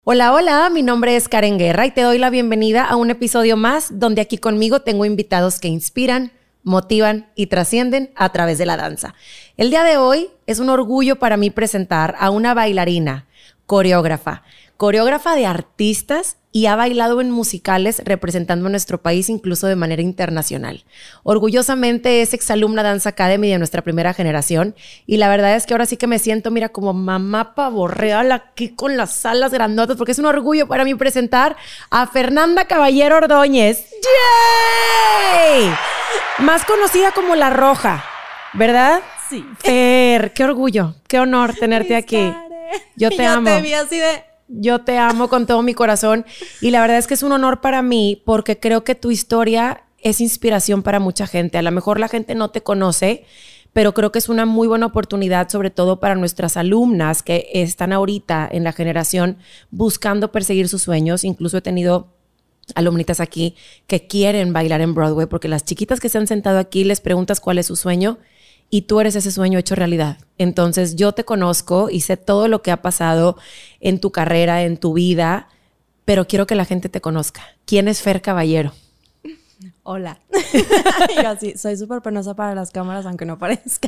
Hola, hola, mi nombre es Karen Guerra y te doy la bienvenida a un episodio más donde aquí conmigo tengo invitados que inspiran, motivan y trascienden a través de la danza. El día de hoy es un orgullo para mí presentar a una bailarina, coreógrafa de artistas y ha bailado en musicales representando a nuestro país incluso de manera internacional. Orgullosamente es exalumna Dance Academy de nuestra primera generación y la verdad es que ahora sí que me siento, mira, como mamá pavo real aquí con las alas grandotas porque es un orgullo para mí presentar a Fernanda Caballero Ordóñez. ¡Yay! Más conocida como La Roja, ¿verdad? Sí. Fer, qué orgullo, qué honor tenerte aquí. Yo te amo. Yo te vi así de... Yo te amo con todo mi corazón y la verdad es que es un honor para mí porque creo que tu historia es inspiración para mucha gente. A lo mejor la gente no te conoce, pero creo que es una muy buena oportunidad, sobre todo para nuestras alumnas que están ahorita en la generación buscando perseguir sus sueños. Incluso he tenido alumnitas aquí que quieren bailar en Broadway porque las chiquitas que se han sentado aquí les preguntas cuál es su sueño y tú eres ese sueño hecho realidad. Entonces yo te conozco y sé todo lo que ha pasado en tu carrera, en tu vida, pero quiero que la gente te conozca. ¿Quién es Fer Caballero? Hola. Yo así, soy súper penosa para las cámaras, aunque no parezca.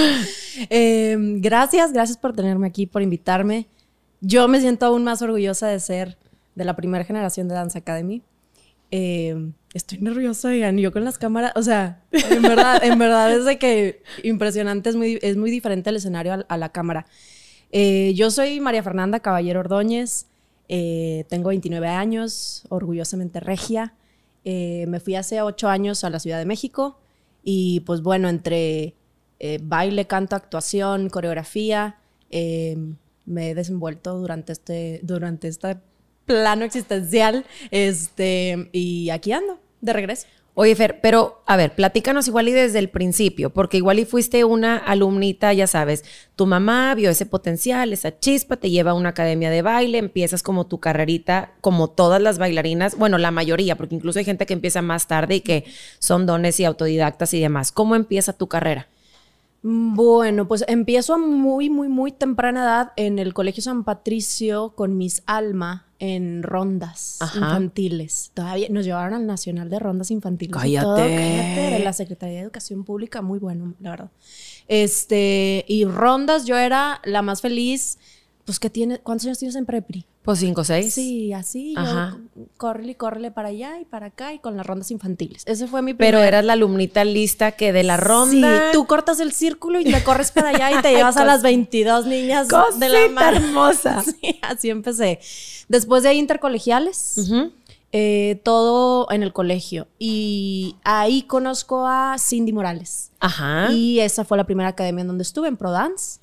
Gracias por tenerme aquí, por invitarme. Yo me siento aún más orgullosa de ser de la primera generación de Dance Academy. Estoy nerviosa, oigan, yo con las cámaras, o sea, en verdad es de que impresionante, es muy diferente el escenario a la cámara. Yo soy María Fernanda Caballero Ordóñez, tengo 29 años, orgullosamente regia. Me fui hace 8 años a la Ciudad de México y pues bueno, entre baile, canto, actuación, coreografía, me he desenvuelto durante este plano existencial, y aquí ando, de regreso. Oye, Fer, pero a ver, platícanos igual y desde el principio, porque igual y fuiste una alumnita, ya sabes, tu mamá vio ese potencial, esa chispa, te lleva a una academia de baile, empiezas como tu carrerita, como todas las bailarinas, bueno, la mayoría, porque incluso hay gente que empieza más tarde y que son dones y autodidactas y demás. ¿Cómo empieza tu carrera? Bueno, pues empiezo a muy temprana edad en el Colegio San Patricio con Miss Alma en rondas infantiles. Todavía nos llevaron al Nacional de Rondas Infantiles. Cállate. De la Secretaría de Educación Pública, muy bueno, la verdad. Y rondas, yo era la más feliz. Pues, ¿cuántos años tienes en prepri? Pues 5 o 6. Sí, así. Ajá. Yo córrele para allá y para acá y con las rondas infantiles. Ese fue mi Pero eras la alumnita lista que de la ronda... Sí, tú cortas el círculo y te corres para allá y te llevas a las 22 niñas de la mano. Hermosa. Sí, así empecé. Después de ahí intercolegiales, todo en el colegio. Y ahí conozco a Cindy Morales. Ajá. Y esa fue la primera academia en donde estuve, en ProDance.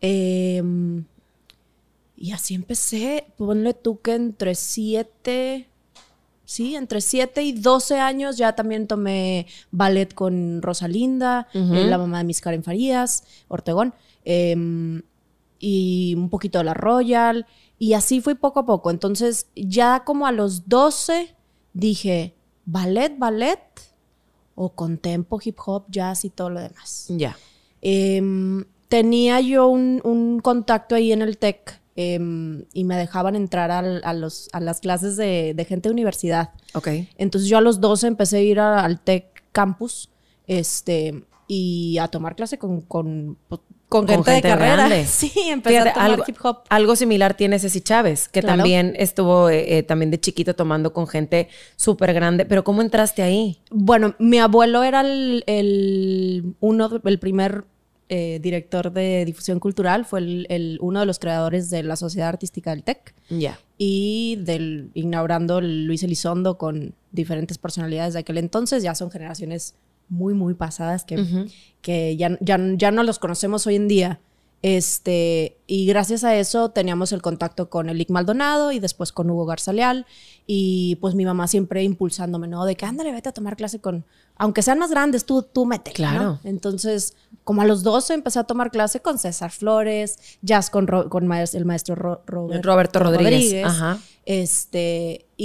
Y así empecé. Ponle tú que entre 7 y 12 años ya también tomé ballet con Rosalinda, la mamá de Miss Karen Farías, Ortegón, y un poquito de la Royal. Y así fui poco a poco. Entonces, ya como a los 12 dije, ballet, o contempo, hip hop, jazz y todo lo demás. Ya. Tenía yo un contacto ahí en el TEC y me dejaban entrar a las clases de gente de universidad. Ok. Entonces, yo a los 12 empecé a ir al TEC Campus y a tomar clase con gente de carrera. Grande. Sí, empecé a tomar hip hop. Algo similar tiene Ceci Chávez, que claro. también estuvo también de chiquito tomando con gente súper grande. ¿Pero cómo entraste ahí? Bueno, mi abuelo era el primer director de difusión cultural. Fue uno de los creadores de la Sociedad Artística del TEC. Ya. Y inaugurando Luis Elizondo con diferentes personalidades de aquel entonces. Ya son generaciones muy pasadas que ya no los conocemos hoy en día. Y gracias a eso teníamos el contacto con Elic Maldonado y después con Hugo Garza Leal. Y pues mi mamá siempre impulsándome, ¿no? De que ándale, vete a tomar clase con... Aunque sean más grandes, tú métele, claro, ¿no? Entonces, como a los 12 empecé a tomar clase con César Flores, jazz con el maestro Roberto Rodríguez. Ajá.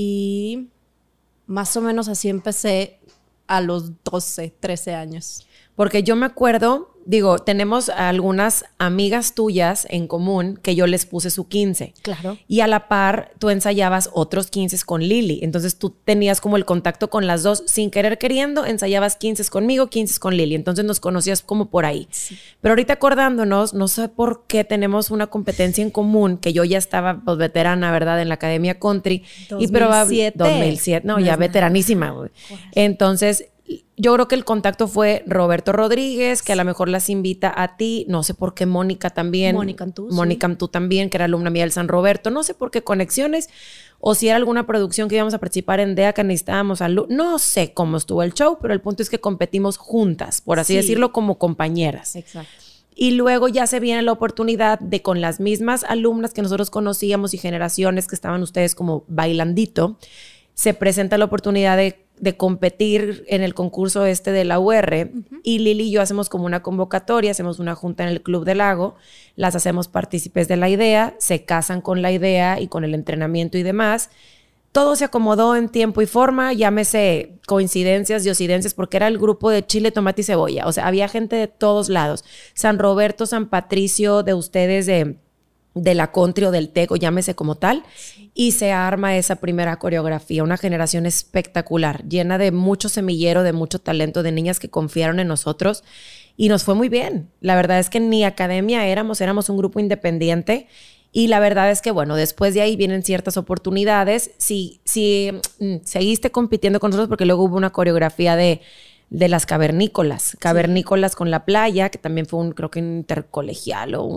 Y más o menos así empecé a los 12, 13 años. Porque yo me acuerdo, digo, tenemos algunas amigas tuyas en común que yo les puse su 15. Claro. Y a la par, tú ensayabas otros 15 con Lili. Entonces tú tenías como el contacto con las dos. Sin querer queriendo, ensayabas 15 conmigo, 15 con Lili. Entonces nos conocías como por ahí. Sí. Pero ahorita acordándonos, no sé por qué tenemos una competencia en común, que yo ya estaba pues, veterana, ¿verdad? En la Academia Country. 2007. Y probablemente 2007. No, ya veteranísima, güey. Entonces... yo creo que el contacto fue Roberto Rodríguez, que a lo mejor las invita a ti. No sé por qué Mónica también. Mónica Antú. Mónica Antú también, que era alumna mía del San Roberto. No sé por qué conexiones. O si era alguna producción que íbamos a participar en DEA que necesitábamos no sé cómo estuvo el show, pero el punto es que competimos juntas, por así decirlo, como compañeras. Exacto. Y luego ya se viene la oportunidad de con las mismas alumnas que nosotros conocíamos y generaciones que estaban ustedes como bailandito, se presenta la oportunidad de competir en el concurso de la UR. Y Lili y yo hacemos como una convocatoria, hacemos una junta en el Club del Lago, las hacemos partícipes de la idea, se casan con la idea y con el entrenamiento y demás. Todo se acomodó en tiempo y forma, llámese coincidencias, diosidencias, porque era el grupo de chile, tomate y cebolla. O sea, había gente de todos lados. San Roberto, San Patricio, de ustedes de la country o del tec, o llámese como tal, y se arma esa primera coreografía, una generación espectacular, llena de mucho semillero, de mucho talento, de niñas que confiaron en nosotros, y nos fue muy bien. La verdad es que ni academia éramos un grupo independiente, y la verdad es que, bueno, después de ahí vienen ciertas oportunidades. Si seguiste compitiendo con nosotros, porque luego hubo una coreografía de las cavernícolas con la playa, que también fue creo que un intercolegial o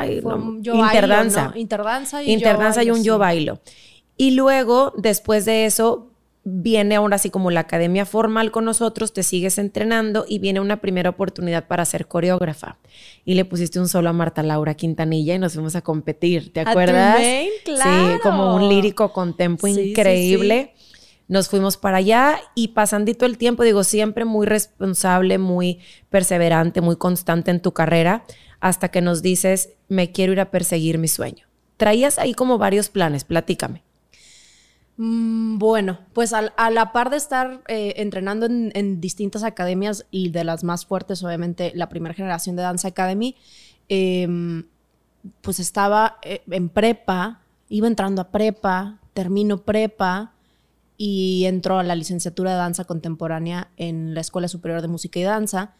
interdanza. ¿No? Interdanza y un yo bailo. Y luego, después de eso, viene ahora así como la academia formal con nosotros, te sigues entrenando y viene una primera oportunidad para ser coreógrafa. Y le pusiste un solo a Marta Laura Quintanilla y nos fuimos a competir, ¿te acuerdas? Claro. Sí, como un lírico con tempo increíble. Sí. Nos fuimos para allá y pasandito el tiempo, digo, siempre muy responsable, muy perseverante, muy constante en tu carrera, hasta que nos dices, me quiero ir a perseguir mi sueño. Traías ahí como varios planes, platícame. Bueno, pues a la par de estar entrenando en distintas academias y de las más fuertes, obviamente, la primera generación de Dance Academy, pues estaba en prepa, iba entrando a prepa, termino prepa, y entró a la licenciatura de danza contemporánea en la Escuela Superior de Música y Danza.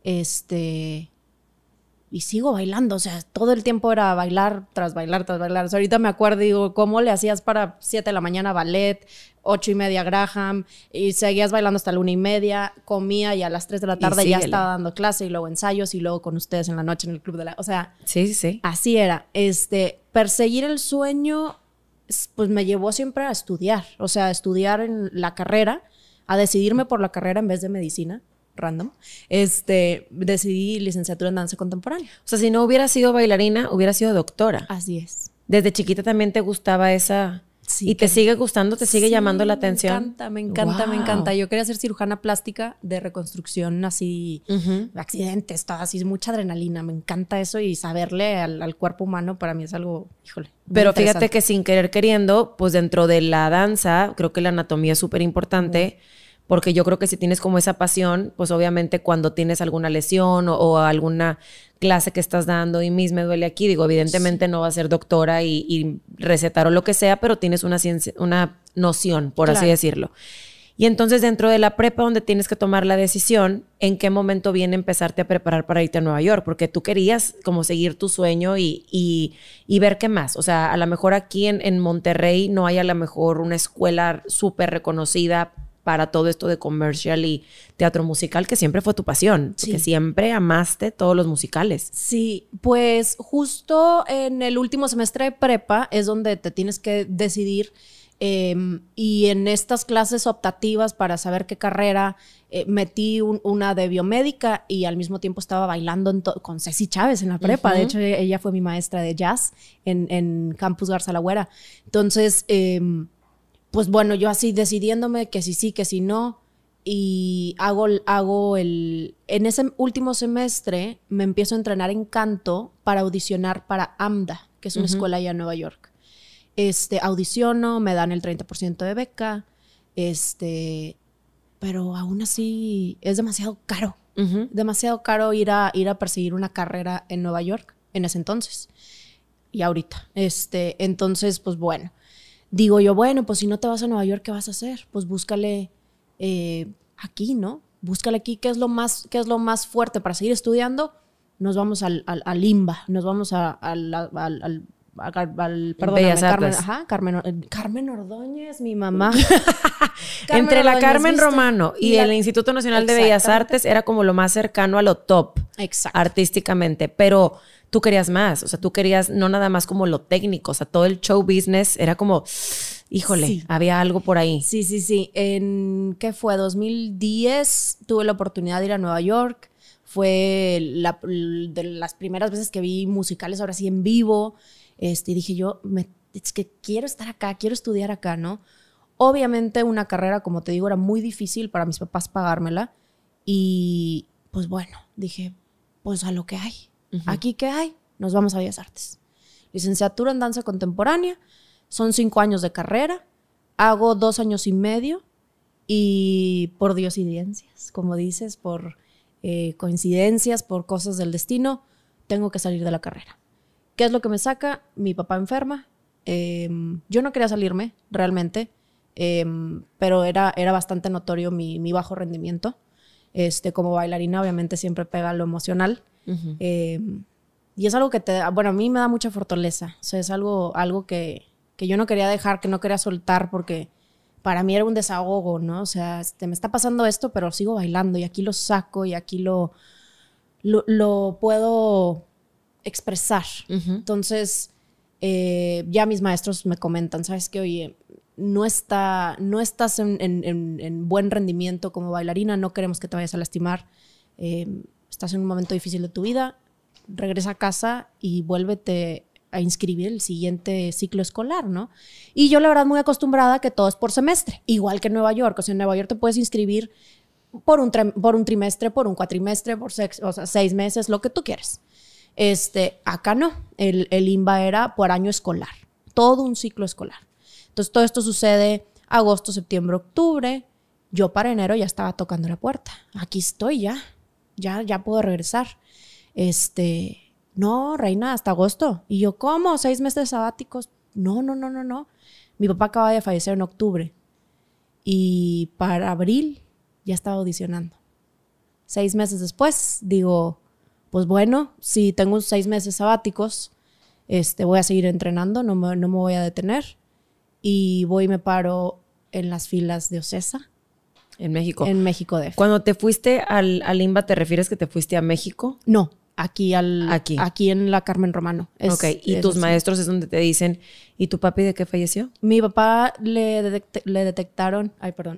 Y sigo bailando, o sea, todo el tiempo era bailar tras bailar tras bailar. O sea, ahorita me acuerdo y digo, ¿cómo le hacías para 7 de la mañana ballet, 8:30 Graham, y seguías bailando hasta la 1:30, comía y a las 3 de la tarde ya estaba dando clase y luego ensayos y luego con ustedes en la noche en el Club de la... O sea, sí. Así era. Perseguir el sueño... pues me llevó siempre a estudiar, o sea, a estudiar en la carrera, a decidirme por la carrera en vez de medicina, random. Decidí licenciatura en danza contemporánea. O sea, si no hubiera sido bailarina, hubiera sido doctora. Así es. Desde chiquita también te gustaba esa... Sí, ¿y te sigue gustando? ¿Te sigue llamando la atención? Me encanta. Yo quería ser cirujana plástica de reconstrucción, así, accidentes, todo así, mucha adrenalina. Me encanta eso y saberle al cuerpo humano para mí es algo, híjole. Pero fíjate que sin querer queriendo, pues dentro de la danza, creo que la anatomía es súper importante, porque yo creo que si tienes como esa pasión, pues obviamente cuando tienes alguna lesión o alguna clase que estás dando y me duele aquí, digo, evidentemente no vas a ser doctora y recetar o lo que sea, pero tienes una ciencia, una noción, por así decirlo. Y entonces dentro de la prepa donde tienes que tomar la decisión, ¿en qué momento viene empezarte a preparar para irte a Nueva York? Porque tú querías como seguir tu sueño y ver qué más. O sea, a lo mejor aquí en Monterrey no hay a lo mejor una escuela súper reconocida para todo esto de comercial y teatro musical, que siempre fue tu pasión, porque siempre amaste todos los musicales. Sí, pues justo en el último semestre de prepa es donde te tienes que decidir, y en estas clases optativas para saber qué carrera, metí una de biomédica y al mismo tiempo estaba bailando con Ceci Chávez en la prepa. De hecho, ella fue mi maestra de jazz en Campus Garza La Güera. Entonces, pues bueno, yo así decidiéndome que sí, que si no, y en ese último semestre me empiezo a entrenar en canto para audicionar para AMDA, que es una escuela allá en Nueva York. Audiciono, me dan el 30% de beca, pero aún así es demasiado caro. Demasiado caro ir a perseguir una carrera en Nueva York en ese entonces y ahorita. Entonces, pues bueno, digo yo, bueno, pues si no te vas a Nueva York, ¿qué vas a hacer? Pues búscale aquí, ¿no? Búscale aquí, ¿qué es lo más fuerte para seguir estudiando? Nos vamos al IMBA, nos vamos Bellas Artes. Carmen Ordóñez, mi mamá. Entre Ordóñez, la Carmen ¿viste? Romano y el Instituto Nacional de Bellas Artes era como lo más cercano a lo top. Exacto. Artísticamente, pero tú querías más, o sea, tú querías no nada más como lo técnico, o sea, todo el show business era como, híjole, sí. Había algo por ahí. Sí. ¿Qué fue? 2010 tuve la oportunidad de ir a Nueva York. Fue de las primeras veces que vi musicales ahora sí en vivo. Y dije yo, es que quiero estar acá, quiero estudiar acá, ¿no? Obviamente una carrera, como te digo, era muy difícil para mis papás pagármela. Y pues bueno, dije, pues a lo que hay. Aquí ¿qué hay? Nos vamos a Bellas Artes. Licenciatura en danza contemporánea. Son 5 años de carrera. Hago 2 años y medio. Y por diosidencias, como dices, por coincidencias, por cosas del destino, tengo que salir de la carrera. ¿Qué es lo que me saca? Mi papá enferma. Yo no quería salirme, realmente, pero era bastante notorio mi bajo rendimiento. Como bailarina, obviamente, siempre pega lo emocional. Y es algo que a mí me da mucha fortaleza. O sea, es algo que yo no quería dejar, que no quería soltar, porque para mí era un desahogo, ¿no? O sea, me está pasando esto, pero sigo bailando y aquí lo saco y aquí lo puedo expresar. Entonces, ya mis maestros me comentan, ¿sabes qué? Oye, no estás en buen rendimiento como bailarina, no queremos que te vayas a lastimar, estás en un momento difícil de tu vida, regresa a casa y vuélvete a inscribir el siguiente ciclo escolar, ¿no? Y yo la verdad muy acostumbrada a que todo es por semestre, igual que en Nueva York. O sea, en Nueva York te puedes inscribir por un trimestre, por un cuatrimestre, por 6 meses, lo que tú quieres. Acá no, el IMBA era por año escolar, todo un ciclo escolar. Entonces todo esto sucede agosto, septiembre, octubre. Yo para enero ya estaba tocando la puerta. Aquí estoy ya puedo regresar. No, reina, hasta agosto. Y yo, ¿cómo? 6 meses sabáticos. No. Mi papá acaba de fallecer en octubre. Y para abril ya estaba audicionando. 6 meses después, digo, pues bueno, si tengo 6 meses sabáticos, voy a seguir entrenando, no me voy a detener. Y voy y me paro en las filas de OCESA. En México. En México DF. Cuando te fuiste al IMBA, ¿te refieres que te fuiste a México? No. Aquí en la Carmen Romano. Y tus maestros es donde te dicen, ¿y tu papi de qué falleció? Mi papá le detectaron,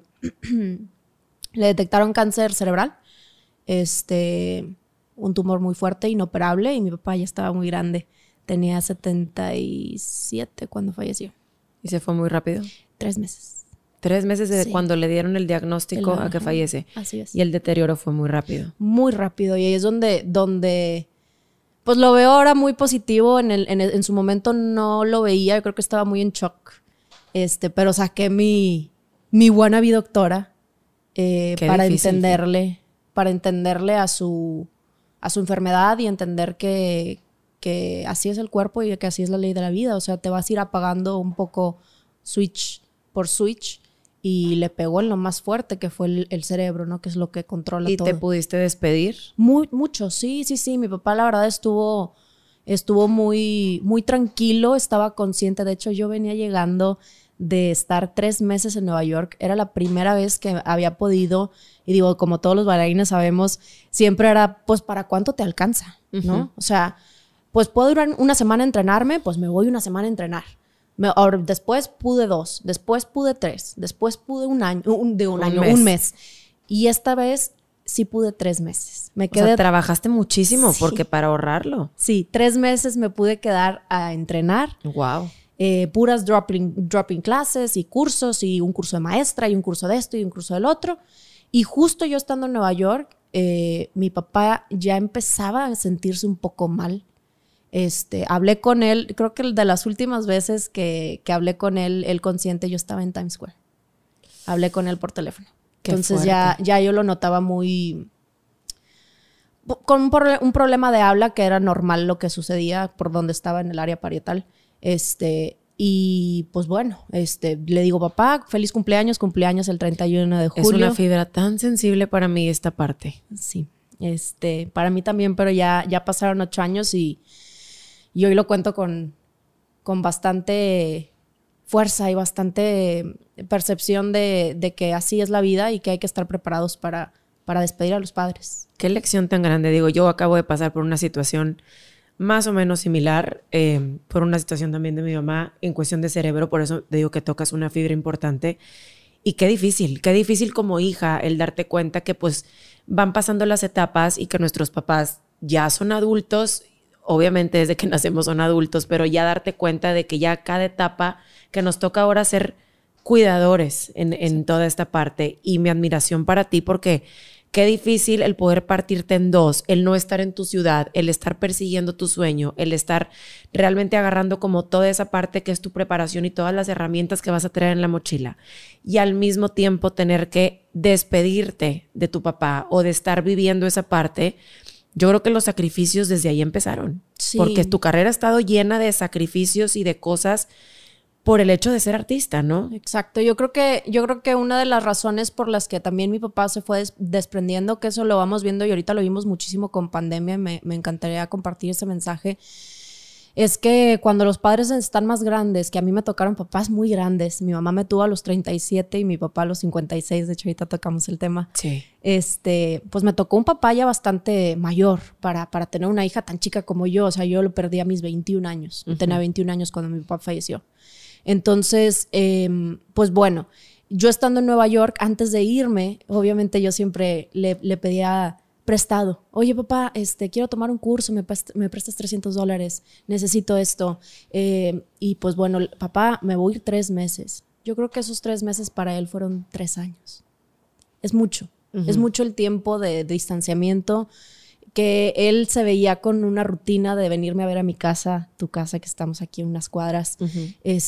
le detectaron cáncer cerebral, un tumor muy fuerte, inoperable, y mi papá ya estaba muy grande. Tenía 77 cuando falleció. ¿Y se fue muy rápido? 3 meses. 3 meses desde cuando le dieron el diagnóstico a que fallece. Así es. Y el deterioro fue muy rápido. Muy rápido. Y ahí es donde pues lo veo ahora muy positivo. En su momento no lo veía. Yo creo que estaba muy en shock. Pero saqué mi wannabe doctora para entenderle a su enfermedad y entender que así es el cuerpo y que así es la ley de la vida. O sea, te vas a ir apagando un poco switch por switch. Y le pegó en lo más fuerte, que fue el cerebro, ¿no? Que es lo que controla todo. ¿Y te pudiste despedir? Mucho, sí. Mi papá, la verdad, estuvo muy, muy tranquilo, estaba consciente. De hecho, yo venía llegando de estar 3 meses en Nueva York. Era la primera vez que había podido, y digo, como todos los bailarines sabemos, siempre era, pues, ¿para cuánto te alcanza? ¿No? O sea, pues, ¿puedo durar una semana a entrenarme? Pues me voy una semana a entrenar. Después pude 2, después pude 3, después pude un mes. Y esta vez sí pude 3 meses. O sea, trabajaste muchísimo porque para ahorrarlo. Sí, 3 meses me pude quedar a entrenar. Wow. Puras dropping classes y cursos, y un curso de maestra y un curso de esto y un curso del otro. Y justo yo estando en Nueva York, mi papá ya empezaba a sentirse un poco mal. Hablé con él, creo que de las últimas veces que hablé con él consciente, yo estaba en Times Square. Hablé con él por teléfono. Entonces ya yo lo notaba muy, con un problema de habla que era normal lo que sucedía por donde estaba en el área parietal. Y pues bueno, le digo, papá, feliz cumpleaños el 31 de julio. Es una fibra tan sensible para mí esta parte. Sí, para mí también, pero ya pasaron 8 años y hoy lo cuento con bastante fuerza y bastante percepción de que así es la vida y que hay que estar preparados para despedir a los padres. Qué lección tan grande. Digo, yo acabo de pasar por una situación más o menos similar, por una situación también de mi mamá en cuestión de cerebro, por eso te digo que tocas una fibra importante. Y qué difícil como hija el darte cuenta que pues van pasando las etapas y que nuestros papás ya son adultos, obviamente desde que nacemos son adultos, pero ya darte cuenta de que ya cada etapa que nos toca ahora ser cuidadores en toda esta parte. Y mi admiración para ti porque qué difícil el poder partirte en dos, el no estar en tu ciudad, el estar persiguiendo tu sueño, el estar realmente agarrando como toda esa parte que es tu preparación y todas las herramientas que vas a traer en la mochila. Y al mismo tiempo tener que despedirte de tu papá o de estar viviendo esa parte. Yo creo que los sacrificios desde ahí empezaron. Sí. Porque tu carrera ha estado llena de sacrificios y de cosas por el hecho de ser artista, ¿no? Exacto. Yo creo que una de las razones por las que también mi papá se fue desprendiendo, que eso lo vamos viendo y ahorita lo vimos muchísimo con pandemia, me encantaría compartir ese mensaje, es que cuando los padres están más grandes, que a mí me tocaron papás muy grandes, mi mamá me tuvo a los 37 y mi papá a los 56, de hecho ahorita tocamos el tema. Sí. Pues me tocó un papá ya bastante mayor para tener una hija tan chica como yo. O sea, yo lo perdí a mis 21 años. Uh-huh. Tenía 21 años cuando mi papá falleció. Entonces, pues bueno, yo estando en Nueva York, antes de irme, obviamente yo siempre le pedía prestado. Oye, papá, quiero tomar un curso, me prestas $300, necesito esto. Y pues bueno, papá, me voy a ir 3 meses. Yo creo que esos 3 meses para él fueron 3 años. Es mucho. Uh-huh. Es mucho el tiempo de distanciamiento, que él se veía con una rutina de venirme a ver a mi casa, tu casa, que estamos aquí en unas cuadras. Uh-huh.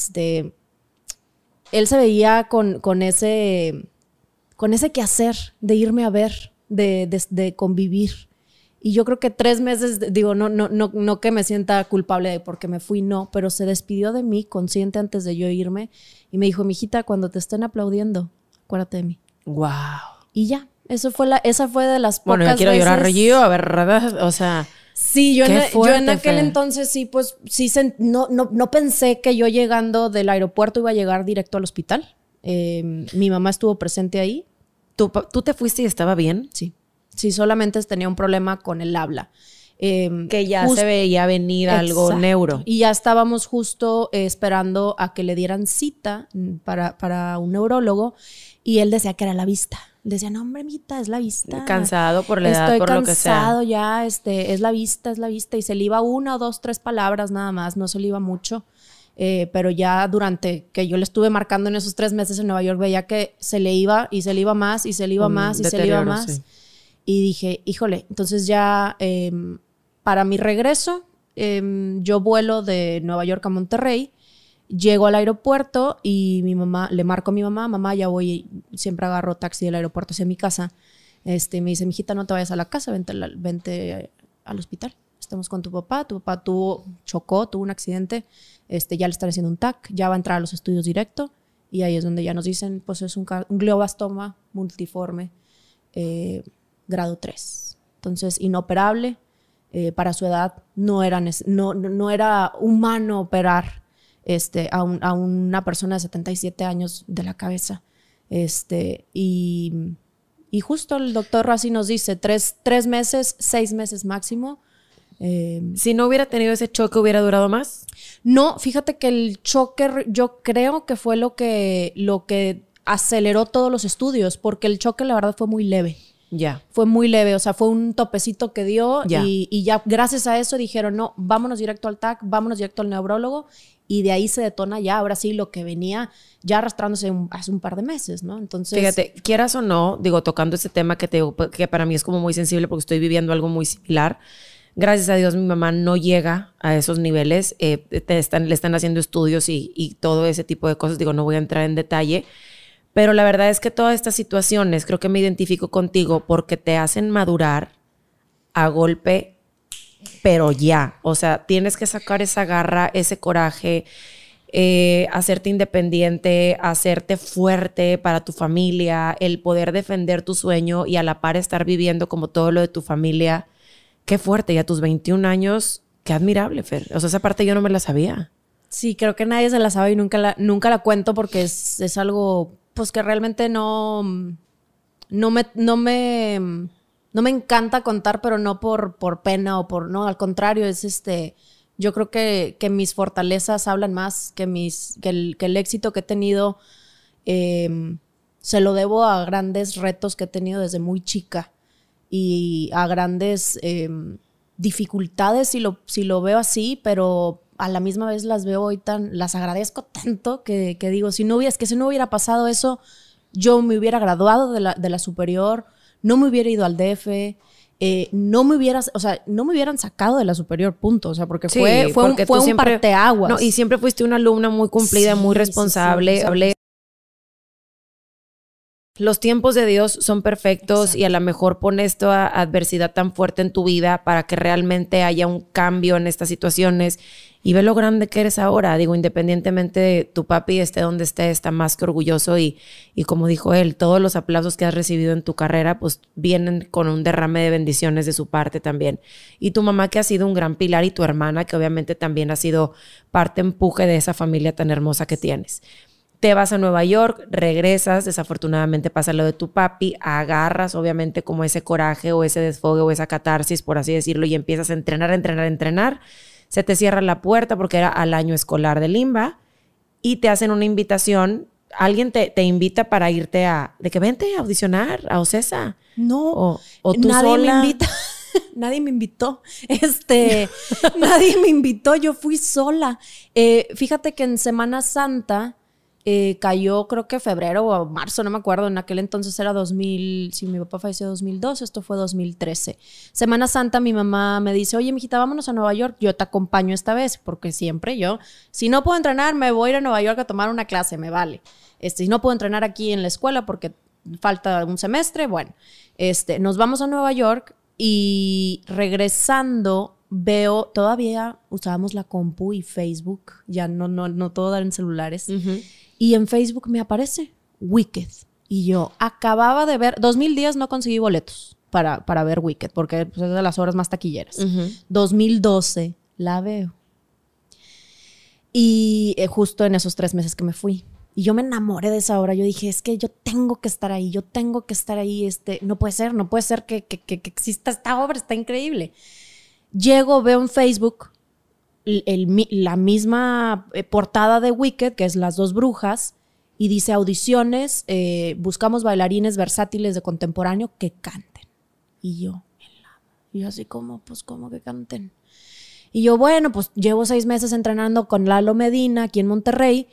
Él se veía con ese quehacer de irme a ver, de convivir. Y yo creo que 3 meses, digo, no que me sienta culpable porque me fui, no, pero se despidió de mí consciente antes de yo irme y me dijo, mijita, cuando te estén aplaudiendo, acuérdate de mí. Wow. Y ya. Esa fue de las pocas Bueno, ya quiero llorar, Regillo, a ver, o sea... Sí, yo en aquel entonces sí, pues sí, no pensé que yo llegando del aeropuerto iba a llegar directo al hospital. Mi mamá estuvo presente ahí. ¿Tú te fuiste y estaba bien? Sí, solamente tenía un problema con el habla. Que ya se veía venir algo neuro. Y ya estábamos justo esperando a que le dieran cita para un neurólogo y él decía que era la vista. Decía, no, hombre, mijita, es la vista. Cansado por la edad, por lo que sea. Estoy cansado ya, es la vista. Y se le iba 1 o 2, 3 palabras nada más, no se le iba mucho. Pero ya durante que yo le estuve marcando en esos 3 meses en Nueva York, veía que se le iba y se le iba más y se le iba más y se le iba más. Sí. Y dije, híjole, entonces ya para mi regreso, yo vuelo de Nueva York a Monterrey. Llego al aeropuerto y le marco a mi mamá, ya voy, siempre agarro taxi del aeropuerto hacia mi casa. Me dice, mijita, no te vayas a la casa, vente al hospital. Estamos con tu papá chocó, tuvo un accidente, ya le están haciendo un TAC, ya va a entrar a los estudios directo y ahí es donde ya nos dicen, pues es un glioblastoma multiforme, grado 3. Entonces, inoperable, para su edad no era humano operar a una persona de 77 años de la cabeza. Y justo el doctor Rassi nos dice 3 meses, 6 meses máximo. Si no hubiera tenido ese choque, ¿hubiera durado más? No, fíjate que el choque yo creo que fue lo que aceleró todos los estudios, porque el choque la verdad fue muy leve. Ya. Fue muy leve, o sea, fue un topecito que dio y ya gracias a eso dijeron, no, vámonos directo al TAC, vámonos directo al neurólogo y de ahí se detona ya, ahora sí, lo que venía ya arrastrándose hace un par de meses, ¿no? Entonces... Fíjate, quieras o no, digo, tocando ese tema que para mí es como muy sensible porque estoy viviendo algo muy similar. Gracias a Dios mi mamá no llega a esos niveles, le están haciendo estudios y todo ese tipo de cosas, digo, no voy a entrar en detalle. Pero la verdad es que todas estas situaciones, creo que me identifico contigo porque te hacen madurar a golpe, pero ya. O sea, tienes que sacar esa garra, ese coraje, hacerte independiente, hacerte fuerte para tu familia, el poder defender tu sueño y a la par estar viviendo como todo lo de tu familia. Qué fuerte, y a tus 21 años, qué admirable, Fer. O sea, esa parte yo no me la sabía. Sí, creo que nadie se la sabe y nunca la cuento porque es algo pues que realmente no me encanta contar, pero no por pena o por... No, al contrario, es yo creo que mis fortalezas hablan más que el éxito que he tenido. Se lo debo a grandes retos que he tenido desde muy chica y a grandes dificultades, si lo veo así, pero a la misma vez las veo hoy las agradezco tanto que digo, si no hubiera pasado eso, yo me hubiera graduado de la superior, no me hubiera ido al DF, no me hubieran sacado de la superior, punto. O sea, porque Sí, fue un parteaguas. No, y siempre fuiste una alumna muy cumplida, muy responsable. Sí. Los tiempos de Dios son perfectos. Exacto. Y a lo mejor pone esta adversidad tan fuerte en tu vida para que realmente haya un cambio en estas situaciones. Y ve lo grande que eres ahora. Digo, independientemente de tu papi esté donde esté, está más que orgulloso. Y como dijo él, todos los aplausos que has recibido en tu carrera, pues vienen con un derrame de bendiciones de su parte también. Y tu mamá, que ha sido un gran pilar, y tu hermana, que obviamente también ha sido parte empuje de esa familia tan hermosa que tienes. Te vas a Nueva York, regresas, desafortunadamente pasa lo de tu papi, agarras obviamente como ese coraje o ese desfogue o esa catarsis, por así decirlo, y empiezas a entrenar. Se te cierra la puerta porque era al año escolar de Limba y te hacen una invitación. Alguien te invita para irte de que vente a audicionar a Ocesa. No, o tú nadie sola. me invita. Nadie me invitó. Nadie me invitó, yo fui sola. Fíjate que en Semana Santa cayó, creo que febrero o marzo, no me acuerdo. En aquel entonces era 2000, si mi papá falleció en 2002, esto fue 2013. Semana Santa, mi mamá me dice, oye, mijita, vámonos a Nueva York, yo te acompaño esta vez, porque siempre yo, si no puedo entrenar, me voy a ir a Nueva York a tomar una clase, me vale. Si no puedo entrenar aquí en la escuela porque falta un semestre, bueno, nos vamos a Nueva York y regresando veo, todavía usábamos la compu y Facebook, ya no todo era en celulares. Uh-huh. Y en Facebook me aparece Wicked. Y yo acababa de ver... 2010 no conseguí boletos para ver Wicked, porque pues, es de las obras más taquilleras. Uh-huh. 2012 la veo. Y justo en esos 3 meses que me fui. Y yo me enamoré de esa obra. Yo dije, es que yo tengo que estar ahí. No puede ser que exista esta obra. Está increíble. Llego, veo en Facebook... la misma portada de Wicked, que es Las Dos Brujas, y dice audiciones, buscamos bailarines versátiles de contemporáneo que canten. Y yo así como, pues, ¿cómo que canten? Y yo, bueno, pues llevo 6 meses entrenando con Lalo Medina aquí en Monterrey,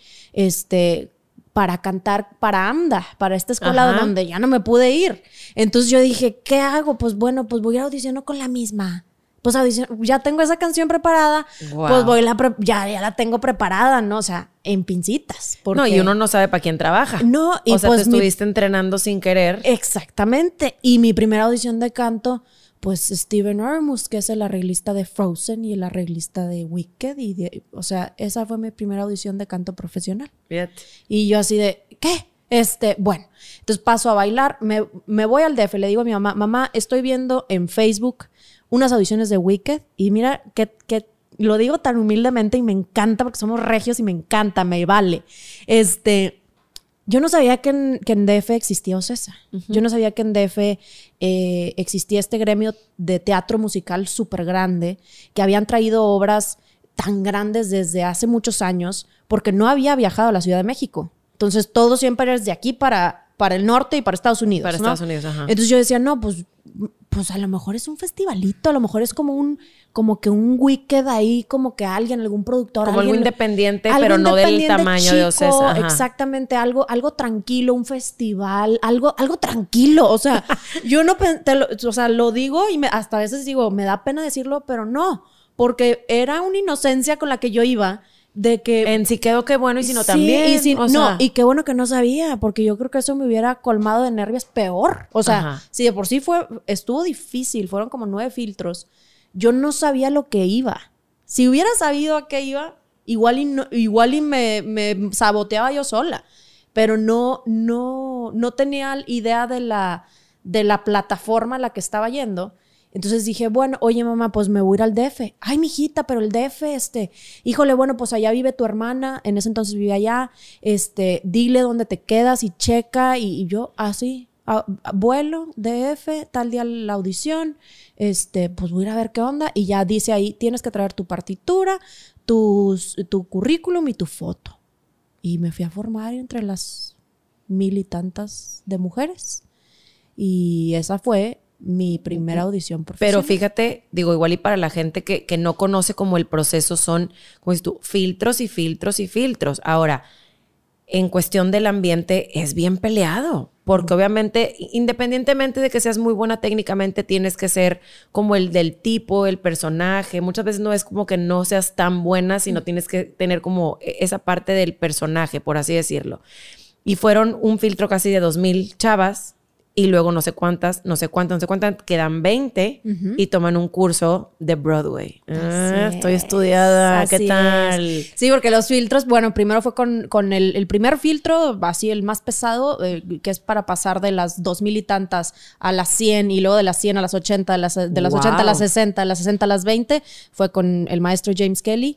para cantar para AMDA, para esta escuela. Ajá. Donde ya no me pude ir. Entonces yo dije, ¿qué hago? Pues bueno, pues voy a audicionar con la misma. Pues ya tengo esa canción preparada, wow. Pues ya la tengo preparada, ¿no? O sea, en pincitas. No, y uno no sabe para quién trabaja. No, y o sea, pues te estuviste entrenando sin querer. Exactamente. Y mi primera audición de canto, pues Steven Ormus, que es el arreglista de Frozen y el arreglista de Wicked. O sea, esa fue mi primera audición de canto profesional. Fíjate. Y yo así de, ¿qué? Bueno, entonces paso a bailar, me voy al DF, le digo a mi mamá, estoy viendo en Facebook unas audiciones de Wicked y mira que lo digo tan humildemente y me encanta porque somos regios y me encanta, me vale. Yo no sabía que en DF existía Ocesa. Uh-huh. Yo no sabía que en DF existía este gremio de teatro musical súper grande, que habían traído obras tan grandes desde hace muchos años porque no había viajado a la Ciudad de México. Entonces todo siempre es de aquí para el norte y para Estados Unidos. Para, ¿no? Estados Unidos, ajá. Entonces yo decía, no, pues a lo mejor es un festivalito, a lo mejor es como que un Wicked ahí, como que algún productor. Como algo independiente, pero no del tamaño chico, de Ocesa. Ajá. Exactamente, algo tranquilo, un festival, algo tranquilo. O sea, yo no lo digo y hasta a veces digo, me da pena decirlo, pero no, porque era una inocencia con la que yo iba, de que... En sí quedó qué bueno y si no sí, también. Y si, o no, sea, y qué bueno que no sabía, porque yo creo que eso me hubiera colmado de nervios peor. O sea, Ajá. si de por sí estuvo difícil, fueron como 9 filtros, yo no sabía lo que iba. Si hubiera sabido a qué iba, igual y me saboteaba yo sola. Pero no tenía idea de la plataforma a la que estaba yendo. Entonces dije, bueno, oye, mamá, pues me voy a ir al DF. Ay, mijita, pero el DF, híjole, bueno, pues allá vive tu hermana. En ese entonces vivía allá. Dile dónde te quedas y checa. Y yo, así, vuelo, DF, tal día la audición. Pues voy a ir a ver qué onda. Y ya dice ahí, tienes que traer tu partitura, tu currículum y tu foto. Y me fui a formar entre las 1000 y tantas de mujeres. Y esa fue mi primera audición profesional. pero fíjate, digo, igual y para la gente que no conoce como el proceso son, como dices tú, filtros y filtros y filtros. Ahora, en cuestión del ambiente es bien peleado, porque obviamente, independientemente de que seas muy buena técnicamente, tienes que ser como el del tipo, el personaje. Muchas veces no es como que no seas tan buena, sino tienes que tener como esa parte del personaje, por así decirlo. Y fueron un filtro casi de 2000 chavas, y luego no sé cuántas, quedan 20 y toman un curso de Broadway. Estoy estudiada, ¿qué tal? Es. Sí, porque los filtros, bueno, primero fue con el primer filtro, así el más pesado, que es para pasar de las 2000 y tantas a las 100 y luego de las 100 a las 80, de las 80 a las 60, de las 60 a las 20, fue con el maestro James Kelly.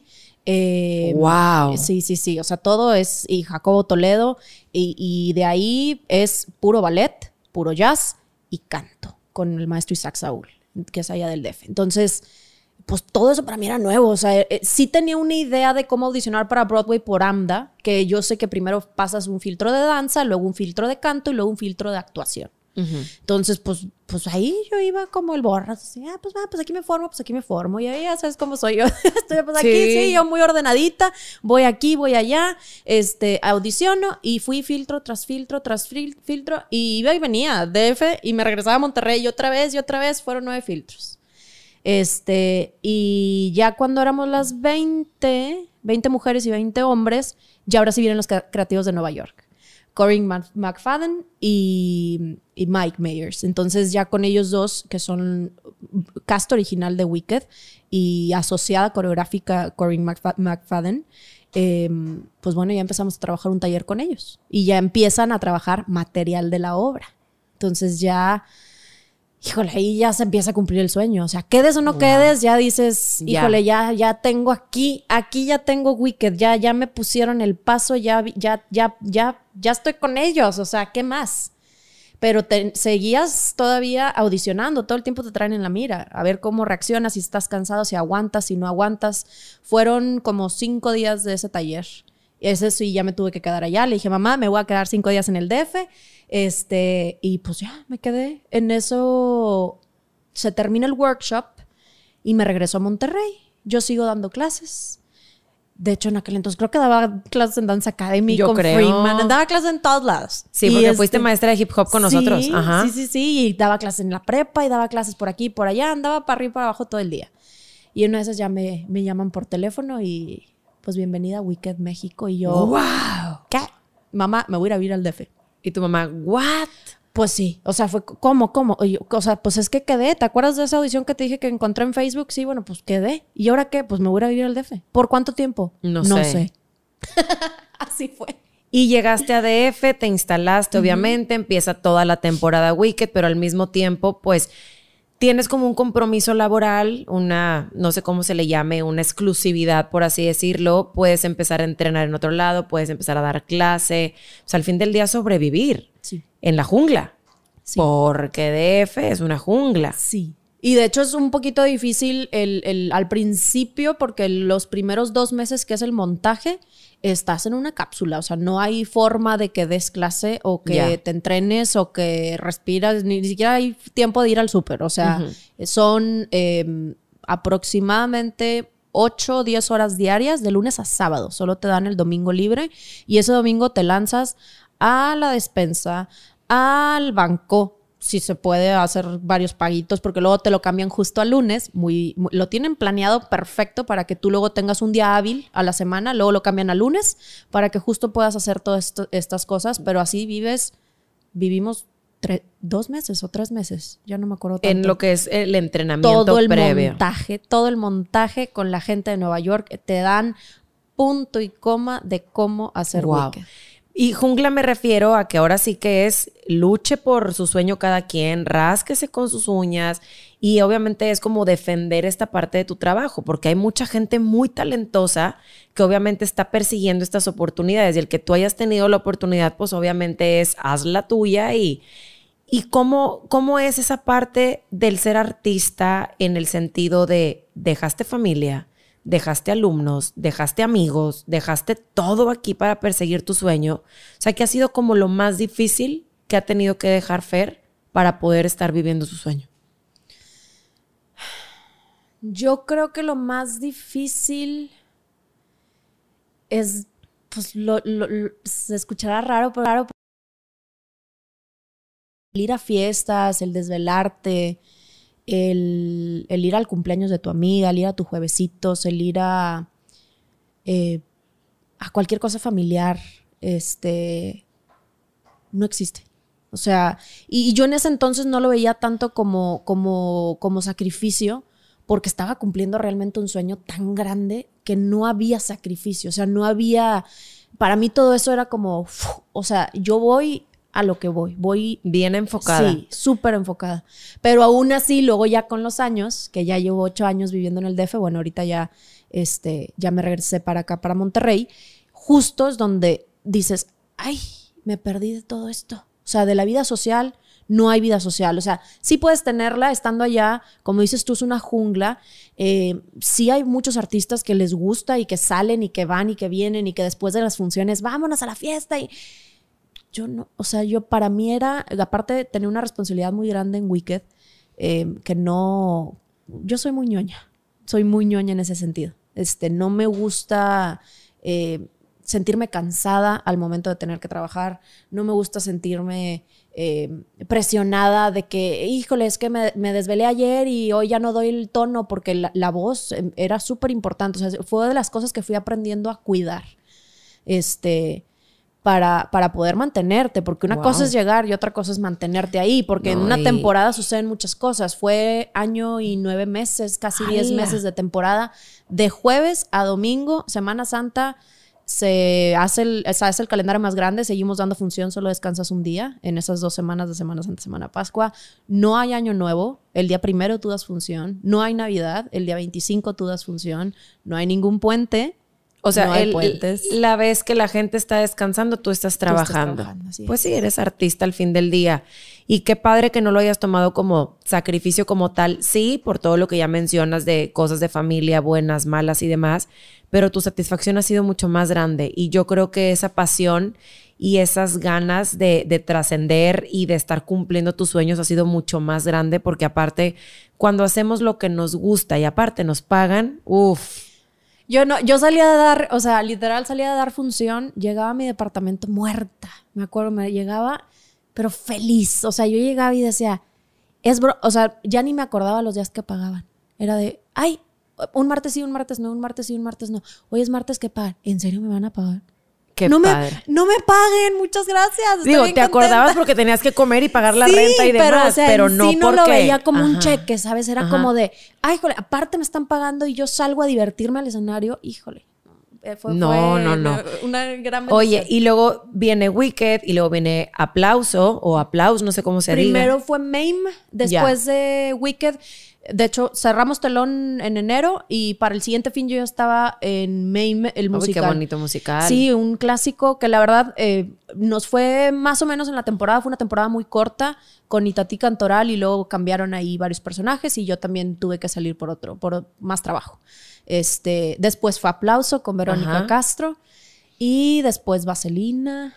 Wow. Sí, o sea, todo es, y Jacobo Toledo, y de ahí es puro ballet, puro jazz y canto con el maestro Isaac Saúl, que es allá del DF. Entonces, pues todo eso para mí era nuevo. O sea, sí tenía una idea de cómo audicionar para Broadway por AMDA, que yo sé que primero pasas un filtro de danza, luego un filtro de canto y luego un filtro de actuación. Entonces, pues ahí yo iba como el borras, así, pues aquí me formo, y ahí ya sabes cómo soy yo. Estoy pues aquí, sí, yo muy ordenadita, voy aquí, voy allá, audiciono, y fui filtro tras filtro, y iba y venía, DF, y me regresaba a Monterrey, y otra vez, fueron 9 filtros. Y ya cuando éramos las 20 mujeres y 20 hombres, ya ahora sí vienen los creativos de Nueva York. Corinne McFadden y Mike Mayers. Entonces ya con ellos dos, que son cast original de Wicked y asociada coreográfica Corinne McFadden, pues bueno, ya empezamos a trabajar un taller con ellos. Y ya empiezan a trabajar material de la obra. Entonces ya, híjole, ahí ya se empieza a cumplir el sueño. O sea, quedes o no quedes, ya dices, híjole, ya tengo aquí ya tengo Wicked, ya me pusieron el paso, ya estoy con ellos, o sea, ¿qué más? Pero seguías todavía audicionando, todo el tiempo te traen en la mira, a ver cómo reaccionas, si estás cansado, si aguantas, si no aguantas. Fueron como 5 días de ese taller. Ese sí, ya me tuve que quedar allá. Le dije, mamá, me voy a quedar 5 días en el DF. Y pues ya, me quedé. En eso se termina el workshop y me regreso a Monterrey. Yo sigo dando clases. De hecho, en aquel entonces creo que daba clases en Dance Academy con Freeman. Daba clases en todos lados. Sí, porque fuiste maestra de hip hop con nosotros. Ajá. Sí. Y daba clases en la prepa y daba clases por aquí y por allá. Andaba para arriba y para abajo todo el día. Y una de esas ya me llaman por teléfono y pues bienvenida a Wicked México. Y yo, ¡wow! ¿Qué? Mamá, me voy a ir a vivir al DF. Y tu mamá, ¿what? Pues sí, o sea, fue ¿cómo? O sea, pues es que quedé. ¿Te acuerdas de esa audición que te dije que encontré en Facebook? Sí, bueno, pues quedé. ¿Y ahora qué? Pues me voy a vivir al DF. ¿Por cuánto tiempo? No sé. Así fue. Y llegaste a DF, te instalaste, obviamente, empieza toda la temporada Wicked, pero al mismo tiempo, pues, tienes como un compromiso laboral, una, no sé cómo se le llame, una exclusividad, por así decirlo. Puedes empezar a entrenar en otro lado, puedes empezar a dar clase. O sea, al fin del día sobrevivir en la jungla. Sí. Porque DF es una jungla. Sí. Y de hecho es un poquito difícil al principio porque los primeros 2 meses que es el montaje, estás en una cápsula. O sea, no hay forma de que des clase o que te entrenes o que respiras. Ni siquiera hay tiempo de ir al súper. O sea, son aproximadamente 8 o 10 horas diarias de lunes a sábado. Solo te dan el domingo libre y ese domingo te lanzas a la despensa, al banco, si se puede hacer varios paguitos, porque luego te lo cambian justo al lunes. Lo tienen planeado perfecto para que tú luego tengas un día hábil a la semana, luego lo cambian al lunes para que justo puedas hacer todas estas cosas, pero así vivimos 2 meses o 3 meses, ya no me acuerdo tanto. En lo que es el entrenamiento previo. Todo el montaje con la gente de Nueva York, te dan punto y coma de cómo hacer Wicked. Y jungla me refiero a que ahora sí que es luche por su sueño cada quien, rásquese con sus uñas y obviamente es como defender esta parte de tu trabajo porque hay mucha gente muy talentosa que obviamente está persiguiendo estas oportunidades y el que tú hayas tenido la oportunidad pues obviamente es haz la tuya y cómo es esa parte del ser artista en el sentido de dejaste familia, dejaste alumnos, dejaste amigos, dejaste todo aquí para perseguir tu sueño. O sea, que ha sido como lo más difícil que ha tenido que dejar Fer para poder estar viviendo su sueño. Yo creo que lo más difícil es, pues, se escuchará raro, pero el ir a fiestas, el desvelarte, el ir al cumpleaños de tu amiga, el ir a tus juevesitos, el ir a cualquier cosa familiar, no existe. O sea, y yo en ese entonces no lo veía tanto como sacrificio, porque estaba cumpliendo realmente un sueño tan grande que no había sacrificio. O sea, no había... Para mí todo eso era como... o sea, yo voy a lo que voy bien enfocada. Sí, súper enfocada. Pero aún así, luego ya con los años, que ya llevo 8 años viviendo en el DF, bueno, ahorita ya me regresé para acá, para Monterrey, justo es donde dices, ay, me perdí de todo esto. O sea, de la vida social, no hay vida social. O sea, sí puedes tenerla estando allá, como dices tú, es una jungla. Sí hay muchos artistas que les gusta y que salen y que van y que vienen y que después de las funciones, vámonos a la fiesta y... Yo no, o sea, para mí era, aparte de tener una responsabilidad muy grande en Wicked, que no, yo soy muy ñoña en ese sentido. No me gusta sentirme cansada al momento de tener que trabajar, no me gusta sentirme presionada de que, híjole, es que me desvelé ayer y hoy ya no doy el tono porque la voz era súper importante. O sea, fue de las cosas que fui aprendiendo a cuidar. Para poder mantenerte, porque una cosa es llegar y otra cosa es mantenerte ahí, porque en una temporada suceden muchas cosas. Fue 1 año y 9 meses, casi 10 meses de temporada. De jueves a domingo, Semana Santa, se hace el calendario más grande, seguimos dando función, solo descansas un día en esas 2 semanas de Semana Santa, Semana Pascua. No hay Año Nuevo, el día 1 tú das función. No hay Navidad, el día 25 tú das función. No hay ningún puente. O sea, no la vez que la gente está descansando, tú estás trabajando. Pues sí, eres artista al fin del día. Y qué padre que no lo hayas tomado como sacrificio como tal. Sí, por todo lo que ya mencionas de cosas de familia, buenas, malas y demás. Pero tu satisfacción ha sido mucho más grande. Y yo creo que esa pasión y esas ganas de trascender y de estar cumpliendo tus sueños ha sido mucho más grande. Porque aparte, cuando hacemos lo que nos gusta y aparte nos pagan, uff. Yo salía de dar, o sea, literal salía de dar función, llegaba a mi departamento muerta, me acuerdo, me llegaba, pero feliz. O sea, yo llegaba y decía, o sea, ya ni me acordaba los días que pagaban. Era de, ay, un martes sí, un martes no, un martes sí, un martes no. Hoy es martes que pagan. ¿En serio me van a pagar? Qué padre. No me paguen, muchas gracias. Digo, te acordabas porque tenías que comer y pagar la renta y demás, pero, o sea, pero no sí porque... no lo veía como un cheque, ¿sabes? Era como de, ay, híjole, aparte me están pagando y yo salgo a divertirme al escenario, híjole. Fue una gran bendición. Oye, y luego viene Wicked y luego viene Aplauso o Aplaus, no sé cómo se diga. Primero fue MAME, después de Wicked. De hecho, cerramos telón en enero y para el siguiente fin yo ya estaba en MAME, el musical. Uy, qué bonito musical. Sí, un clásico que la verdad nos fue más o menos en la temporada. Fue una temporada muy corta con Itatí Cantoral y luego cambiaron ahí varios personajes y yo también tuve que salir por más trabajo. Después fue Aplauso con Verónica Castro y después Vaselina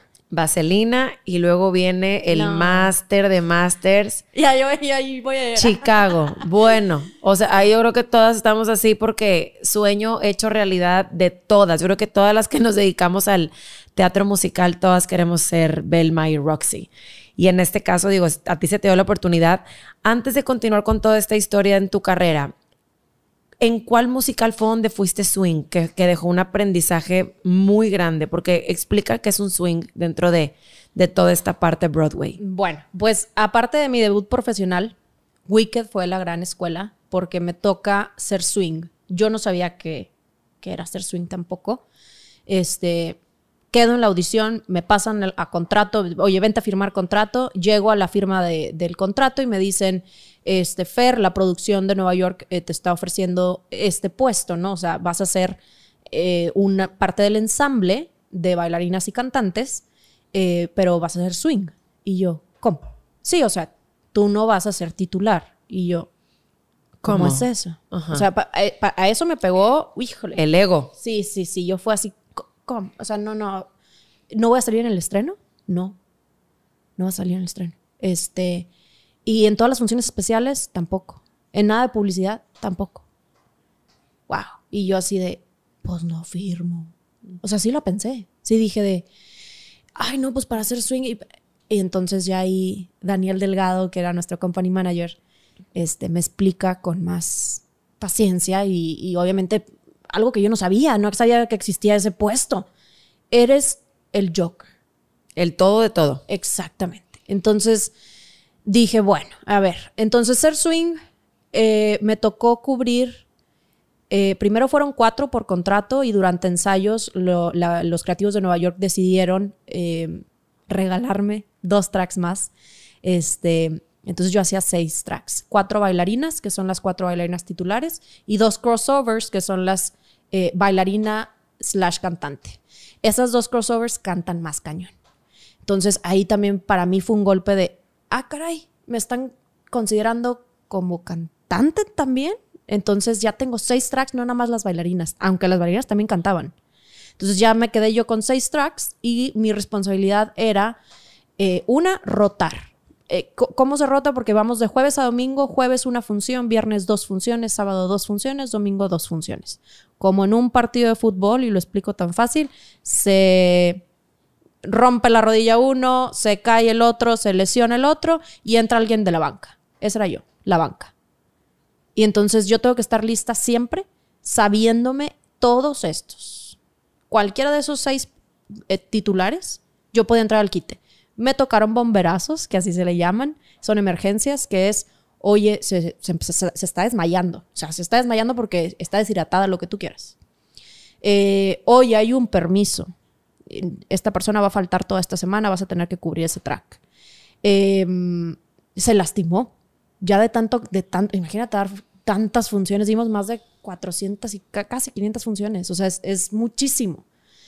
y luego viene el máster de Masters. Y ahí voy a llegar. Chicago. Bueno, o sea, ahí yo creo que todas estamos así porque sueño hecho realidad de todas. Yo creo que todas las que nos dedicamos al teatro musical, todas queremos ser Velma y Roxy. Y en este caso, digo, a ti se te dio la oportunidad. Antes de continuar con toda esta historia en tu carrera, ¿en cuál musical fue donde fuiste swing? Que dejó un aprendizaje muy grande, porque explica qué es un swing dentro de toda esta parte Broadway. Bueno, pues aparte de mi debut profesional, Wicked fue la gran escuela porque me toca ser swing. Yo no sabía que era ser swing tampoco. Quedo en la audición, me pasan a contrato, oye, vente a firmar contrato, llego a la firma del contrato y me dicen, Fer, la producción de Nueva York te está ofreciendo este puesto, ¿no? O sea, vas a ser una parte del ensamble de bailarinas y cantantes, pero vas a ser swing. Y yo, ¿cómo? Sí, o sea, tú no vas a ser titular. Y yo, ¿cómo es eso? Ajá. O sea, a eso me pegó, híjole. El ego. Sí, yo fue así, ¿cómo? O sea, no voy a salir en el estreno. No voy a salir en el estreno. Y en todas las funciones especiales, tampoco. En nada de publicidad, tampoco. Wow. Y yo así de, pues no firmo. O sea, sí lo pensé. Sí dije ay, no, pues para hacer swing. Y entonces ya ahí Daniel Delgado, que era nuestro company manager, me explica con más paciencia y obviamente algo que yo no sabía que existía ese puesto. Eres el Joker. El todo de todo. Exactamente. Entonces dije, bueno, a ver, entonces ser swing me tocó cubrir, primero fueron 4 por contrato y durante ensayos los creativos de Nueva York decidieron regalarme 2 tracks más. Entonces yo hacía 6 tracks, 4 bailarinas, que son las 4 bailarinas titulares, y 2 crossovers, que son las bailarina / cantante. Esas 2 crossovers cantan más cañón. Entonces ahí también para mí fue un golpe de, caray, me están considerando como cantante también. Entonces ya tengo 6 tracks, no nada más las bailarinas, aunque las bailarinas también cantaban. Entonces ya me quedé yo con 6 tracks y mi responsabilidad era, rotar. ¿Cómo se rota? Porque vamos de jueves a domingo, jueves una función, viernes 2 funciones, sábado 2 funciones, domingo 2 funciones. Como en un partido de fútbol, y lo explico tan fácil, se rompe la rodilla uno, se cae el otro, se lesiona el otro y entra alguien de la banca. Esa era yo, la banca. Y entonces yo tengo que estar lista siempre sabiéndome todos estos. Cualquiera de esos 6 titulares, yo podía entrar al quite. Me tocaron bomberazos, que así se le llaman. Son emergencias, que es, oye, se está desmayando. O sea, se está desmayando porque está deshidratada, lo que tú quieras. Oye, hay un permiso. Esta persona va a faltar toda esta semana, vas a tener que cubrir ese track. Se lastimó. Ya de tanto, imagínate dar tantas funciones, dimos más de 400 y casi 500 funciones. O sea, es muchísimo.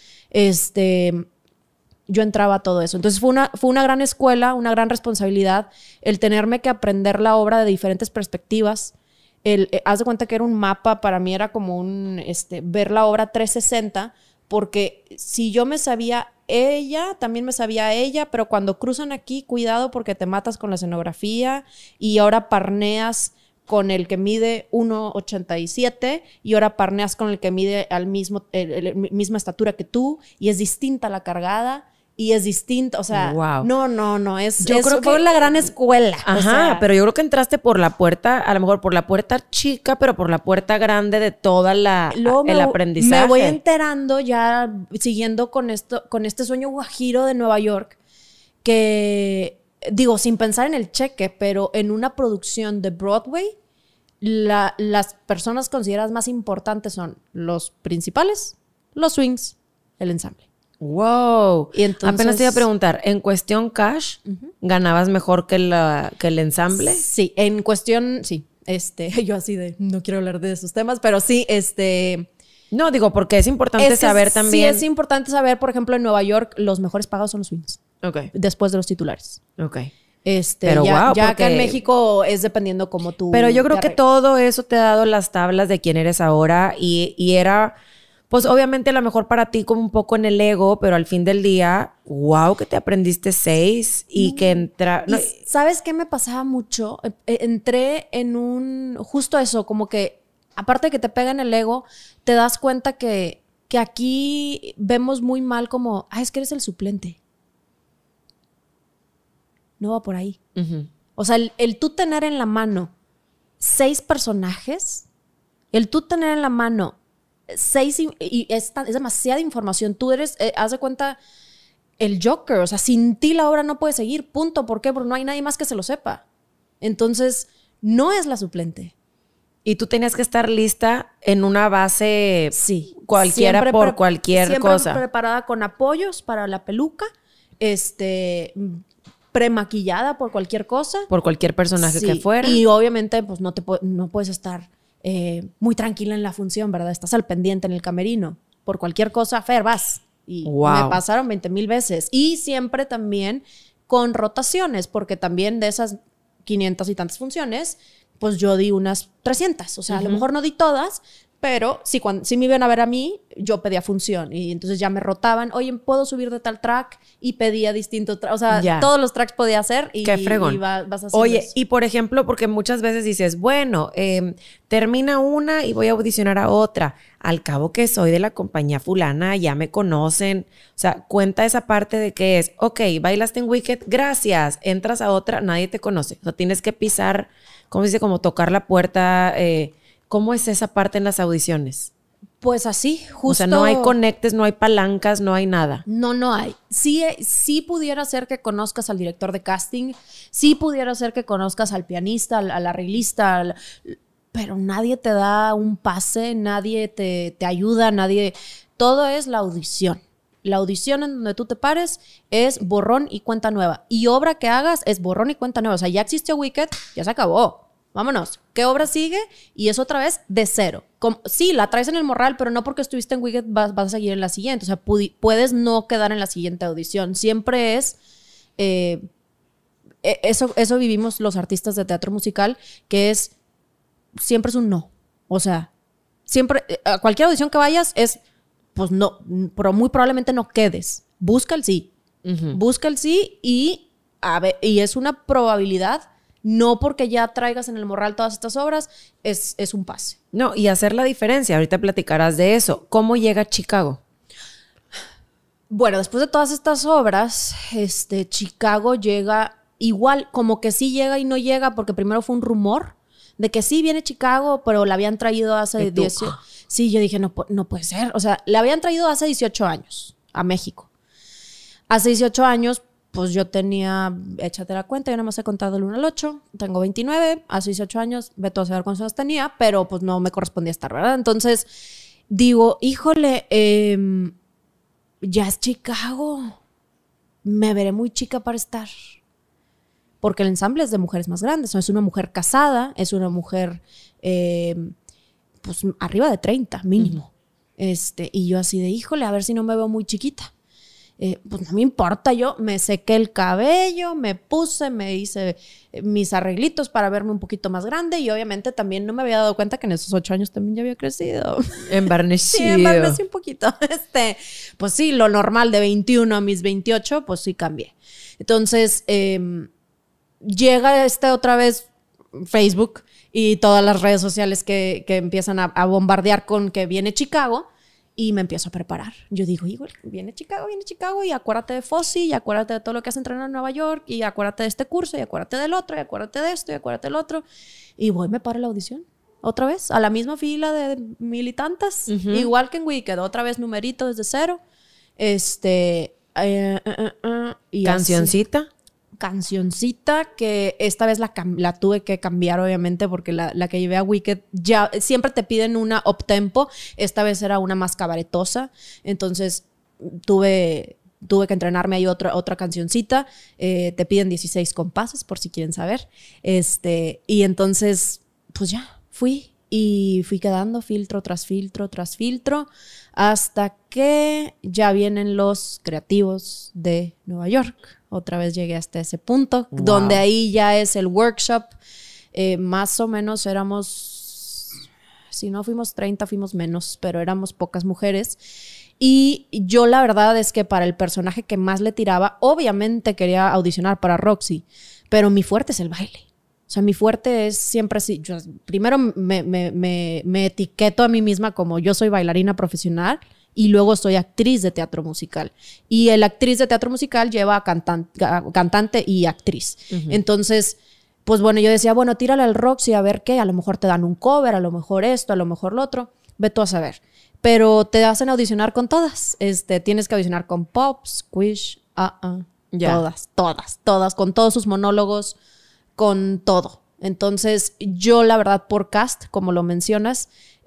Yo entraba a todo eso. Entonces fue una gran escuela, una gran responsabilidad el tenerme que aprender la obra de diferentes perspectivas. Haz de cuenta que era un mapa, para mí era como ver la obra 360, porque si yo me sabía ella, también me sabía ella, pero cuando cruzan aquí, cuidado porque te matas con la escenografía y ahora parneas con el que mide 1.87 y ahora parneas con el que mide misma estatura que tú y es distinta la cargada. Y es distinto, o sea, wow. No, yo creo que fue la gran escuela. Ajá, o sea, pero yo creo que entraste por la puerta, a lo mejor por la puerta chica, pero por la puerta grande de toda el aprendizaje. Me voy enterando ya, siguiendo con este sueño guajiro de Nueva York, que, digo, sin pensar en el cheque, pero en una producción de Broadway, las personas consideradas más importantes son los principales, los swings, el ensamble. Wow. Y entonces, apenas te iba a preguntar, en cuestión cash, ¿ganabas mejor que el ensamble? Sí, en cuestión, sí. Yo así de, no quiero hablar de esos temas, pero sí, No, digo, porque es importante saber también. Sí, es importante saber, por ejemplo, en Nueva York, los mejores pagados son los swings. Ok. Después de los titulares. Ok. Pero ya acá en México es dependiendo como tú. Pero yo creo que todo eso te ha dado las tablas de quién eres ahora y era... Pues obviamente a lo mejor para ti como un poco en el ego, pero al fin del día, wow, que te aprendiste 6 y que ¿Sabes qué me pasaba mucho? Entré en justo eso, como que aparte de que te pega en el ego, te das cuenta que aquí vemos muy mal como, es que eres el suplente. no va por ahí. Ujú. O sea, el tú tener en la mano 6 personajes, el tú tener en la mano 6 y es demasiada información. Tú eres, haz de cuenta, el Joker. O sea, sin ti la obra no puede seguir, punto. ¿Por qué? Porque no hay nadie más que se lo sepa. Entonces, no es la suplente. Y tú tenías que estar lista en una base Sí. cualquiera Siempre por cualquier siempre cosa. Preparada con apoyos para la peluca, premaquillada por cualquier cosa. Por cualquier personaje Sí, que fuera. y obviamente pues no puedes estar muy tranquila en la función, ¿verdad? Estás al pendiente en el camerino. Por cualquier cosa, Fer, vas. Y Wow. me pasaron 20,000 veces. Y siempre también con rotaciones, porque también de esas 500 y tantas funciones, pues yo di unas 300. O sea, a lo mejor no di todas, pero si me iban a ver a mí, yo pedía función. Y entonces ya me rotaban. Oye, ¿puedo subir de tal track? Y pedía distinto track. O sea, Ya. todos los tracks podía hacer. Y, Qué fregón. y vas haciendo Oye, eso. y por ejemplo, porque muchas veces dices, bueno, termina una y voy a audicionar a otra. Al cabo que soy de la compañía fulana, ya me conocen. O sea, cuenta esa parte de que es, ok, bailaste en Wicked, gracias. Entras a otra, nadie te conoce. O sea, tienes que pisar, ¿cómo se dice? Como tocar la puerta. ¿Cómo es esa parte en las audiciones? Pues así, justo. O sea, no hay conectes, no hay palancas, no hay nada. No hay. Sí pudiera ser que conozcas al director de casting, sí pudiera ser que conozcas al pianista, al arreglista, pero nadie te da un pase, nadie te ayuda, nadie... Todo es la audición. La audición en donde tú te pares es borrón y cuenta nueva. Y obra que hagas es borrón y cuenta nueva. O sea, ya existió Wicked, ya se acabó. Vámonos. ¿Qué obra sigue? Y es otra vez de cero. Sí, la traes en el morral, pero no porque estuviste en Wicked vas a seguir en la siguiente. O sea, puedes no quedar en la siguiente audición. Siempre es... eso vivimos los artistas de teatro musical, que es... Siempre es un no. O sea, siempre... a cualquier audición que vayas es... Pues no, pero muy probablemente no quedes. Busca el sí. Ujú. Busca el sí y es una probabilidad. No porque ya traigas en el morral todas estas obras, es un pase. No, y hacer la diferencia. Ahorita platicarás de eso. ¿Cómo llega a Chicago? Bueno, después de todas estas obras, Chicago llega igual, como que sí llega y no llega, porque primero fue un rumor de que sí viene Chicago, pero la habían traído hace 18. Sí, yo dije, no puede ser. O sea, la habían traído hace 18 años a México. Hace 18 años, pues yo tenía, échate la cuenta, yo nada más he contado del 1 al 8, tengo 29, hace 18 años, vete a saber cuántos años tenía, pero pues no me correspondía estar, ¿verdad? Entonces, digo, híjole, ya es Chicago, me veré muy chica para estar. Porque el ensamble es de mujeres más grandes, es una mujer casada, es una mujer, pues arriba de 30 mínimo. Y yo así de, híjole, a ver si no me veo muy chiquita. Pues no me importa, yo me sequé el cabello, me hice mis arreglitos para verme un poquito más grande y obviamente también no me había dado cuenta que en esos 8 años también ya había crecido. Embarnecido. Sí, embarnecí un poquito. Pues sí, lo normal de 21 a mis 28, pues sí cambié. Entonces, llega otra vez Facebook y todas las redes sociales que empiezan a bombardear con que viene Chicago. Y me empiezo a preparar. Yo digo, igual, viene Chicago, y acuérdate de Fossi, y acuérdate de todo lo que has entrenado en Nueva York, y acuérdate de este curso, y acuérdate del otro, y acuérdate de esto, y acuérdate del otro. Y voy, me paro la audición. Otra vez, a la misma fila de 1,000 y tantas. Igual que en Wicked, otra vez numerito desde cero. Y ¿Cancioncita? Así. Cancioncita que esta vez la tuve que cambiar obviamente porque la que llevé a Wicked ya siempre te piden una up-tempo, esta vez era una más cabaretosa, entonces tuve que entrenarme ahí otra cancioncita, te piden 16 compases por si quieren saber, y entonces pues ya fui quedando filtro tras filtro tras filtro hasta que ya vienen los creativos de Nueva York. Otra vez llegué hasta ese punto, wow, donde ahí ya es el workshop. Más o menos éramos, si no fuimos 30, fuimos menos, pero éramos pocas mujeres. Y yo la verdad es que para el personaje que más le tiraba, obviamente quería audicionar para Roxy, pero mi fuerte es el baile. O sea, mi fuerte es siempre así. Yo primero me etiqueto a mí misma como yo soy bailarina profesional y luego soy actriz de teatro musical. Y el actriz de teatro musical lleva a cantante y actriz. Entonces, pues bueno, yo decía, bueno, tírale al Roxy a ver qué, a lo mejor te dan un cover, a lo mejor esto, a lo mejor lo otro, ve tú a saber. Pero te hacen audicionar con todas. Tienes que audicionar con Pop, Squish, todas, con todos sus monólogos, con todo. Entonces, yo la verdad, por cast, como lo mencionas,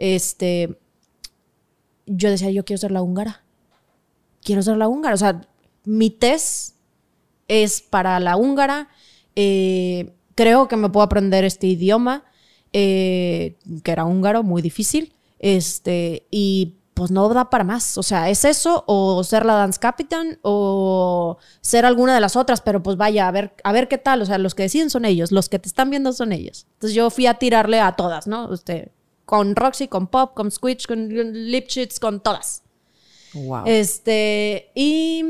yo decía, yo quiero ser la húngara. Quiero ser la húngara. O sea, mi test es para la húngara. Creo que me puedo aprender este idioma, que era húngaro, muy difícil. Y pues no da para más. O sea, es eso, o ser la dance captain, o ser alguna de las otras, pero pues vaya, a ver qué tal. O sea, los que deciden son ellos, los que te están viendo son ellos. Entonces yo fui a tirarle a todas, ¿no? Con Roxy, con Pop, con Squitch, con Lipschitz, con todas. Wow. Y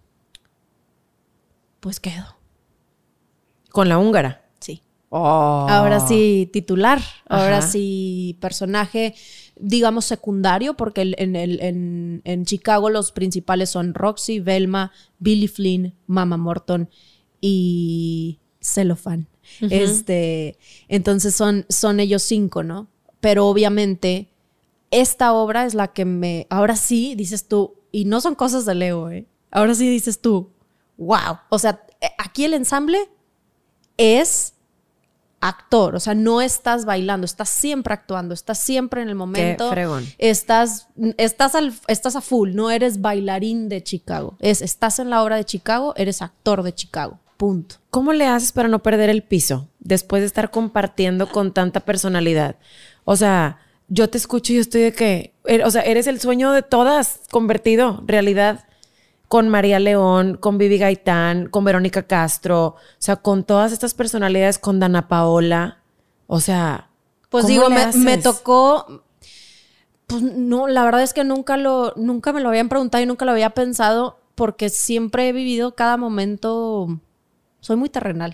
pues quedo. ¿Con la húngara? Sí. Oh. Ahora sí titular, ahora Ajá. sí personaje, digamos secundario, porque en Chicago los principales son Roxy, Velma, Billy Flynn, Mama Morton y Cellophane. Entonces son ellos 5, ¿no? Pero obviamente esta obra es la que ahora sí dices tú, y no son cosas de Leo, ahora sí dices tú, wow. O sea, aquí el ensamble es actor, o sea, no estás bailando, estás siempre actuando, estás siempre en el momento. Qué fregón. Estás a full, no eres bailarín de Chicago. Estás en la obra de Chicago, eres actor de Chicago. Punto. ¿Cómo le haces para no perder el piso después de estar compartiendo con tanta personalidad? O sea, yo te escucho y yo estoy de que, o sea, eres el sueño de todas convertido realidad. Con María León, con Vivi Gaitán, con Verónica Castro, o sea, con todas estas personalidades, con Dana Paola, o sea, pues ¿cómo digo, le me haces? tocó, pues no, la verdad es que nunca me lo habían preguntado y nunca lo había pensado, porque siempre he vivido cada momento, soy muy terrenal.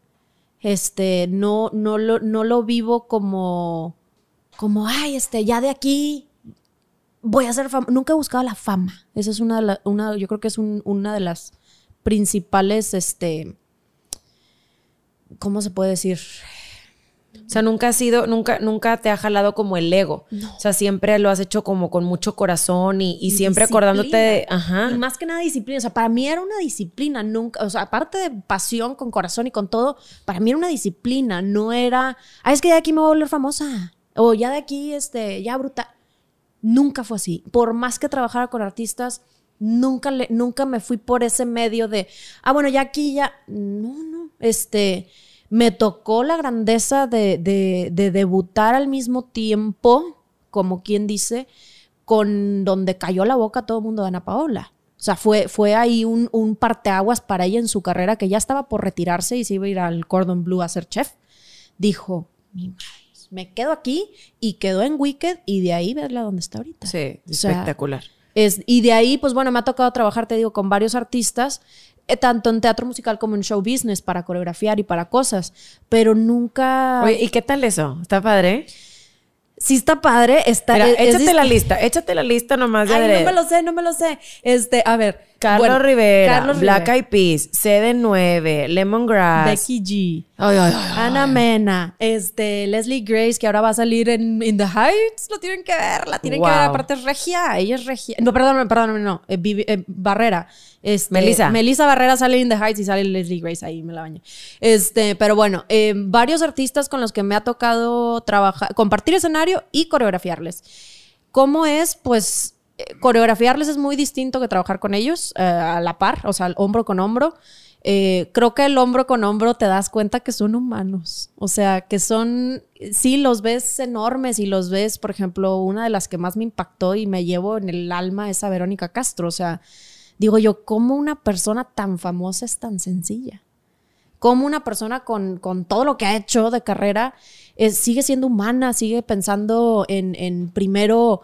No lo vivo como, ay, ya de aquí voy a ser famosa. Nunca he buscado la fama. Esa es yo creo que es una de las principales, ¿cómo se puede decir? O sea, nunca te ha jalado como el ego. No. O sea, siempre lo has hecho como con mucho corazón y siempre Disciplina. acordándote de, ajá. Y más que nada disciplina. O sea, para mí era una disciplina. Nunca, o sea, aparte de pasión, con corazón y con todo, para mí era una disciplina. No era, es que de aquí me voy a volver famosa. O ya de aquí, ya brutal. Nunca fue así. Por más que trabajara con artistas, nunca me fui por ese medio de, bueno, ya aquí ya. No. Me tocó la grandeza de debutar al mismo tiempo, como quien dice, con donde cayó la boca todo el mundo de Dana Paola. O sea, fue ahí un parteaguas para ella en su carrera, que ya estaba por retirarse y se iba a ir al Cordon Bleu a ser chef. Dijo, mi madre, me quedo aquí, y quedó en Wicked, y de ahí verla donde está ahorita. Sí, O sea, espectacular. y de ahí, pues bueno, me ha tocado trabajar, te digo, con varios artistas, tanto en teatro musical como en show business, para coreografiar y para cosas, pero nunca... Oye, ¿y qué tal eso? ¿Está padre? Sí está padre. Mira, échate la lista nomás de Ay, no me lo sé. A ver. Carlos Rivera, Carlos Black Rivera, Eyed Peas, CD9, Lemongrass, Becky G, ay. Ana Mena, Leslie Grace, que ahora va a salir en In the Heights. Lo tienen que ver, que ver. Aparte es regia, ella es regia. No, perdóname, no. Barrera. Melissa Barrera sale en In the Heights y sale Leslie Grace, ahí me la bañé. Pero bueno, varios artistas con los que me ha tocado trabajar, compartir escenario y coreografiarles. ¿Cómo es? Pues coreografiarles es muy distinto que trabajar con ellos a la par, o sea, hombro con hombro. Creo que el hombro con hombro te das cuenta que son humanos. O sea, que sí, los ves enormes y los ves, por ejemplo, una de las que más me impactó y me llevo en el alma es a Verónica Castro. O sea, digo yo, ¿cómo una persona tan famosa es tan sencilla? ¿Cómo una persona con todo lo que ha hecho de carrera sigue siendo humana, sigue pensando en primero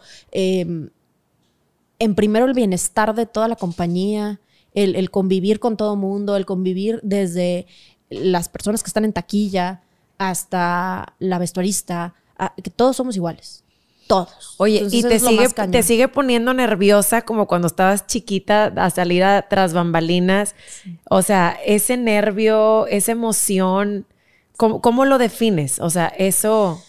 el bienestar de toda la compañía, el convivir con todo mundo, el convivir desde las personas que están en taquilla hasta la vestuarista, que todos somos iguales. todos. Oye, Entonces, ¿y te sigue poniendo nerviosa como cuando estabas chiquita a salir tras bambalinas? Sí. O sea, ese nervio, esa emoción, ¿cómo lo defines? O sea, eso...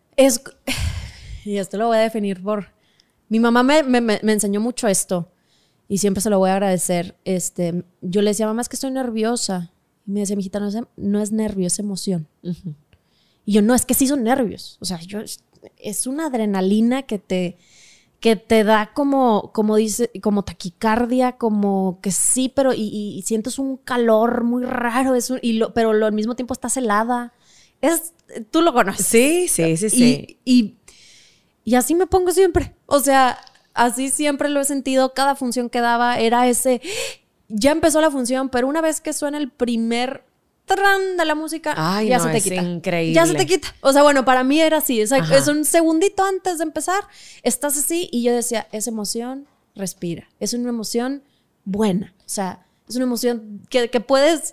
Y esto lo voy a definir por... Mi mamá me enseñó mucho esto y siempre se lo voy a agradecer. Yo le decía, mamá, es que estoy nerviosa. Y me decía, mijita, no es nervio, es emoción. Uh-huh. Y yo, no, es que sí son nervios. O sea, es una adrenalina que te da como dice, como taquicardia, como que sí, pero y sientes un calor muy raro, pero al mismo tiempo estás helada. Tú lo conoces. Sí. Y así me pongo siempre. O sea, así siempre lo he sentido. Cada función que daba era ese... Ya empezó la función, pero una vez que suena el primer tran de la música, ya se te quita. Increíble. Ya se te quita. O sea, bueno, para mí era así. Es un segundito antes de empezar. Estás así y yo decía, esa emoción, respira. Es una emoción buena. O sea, es una emoción que puedes...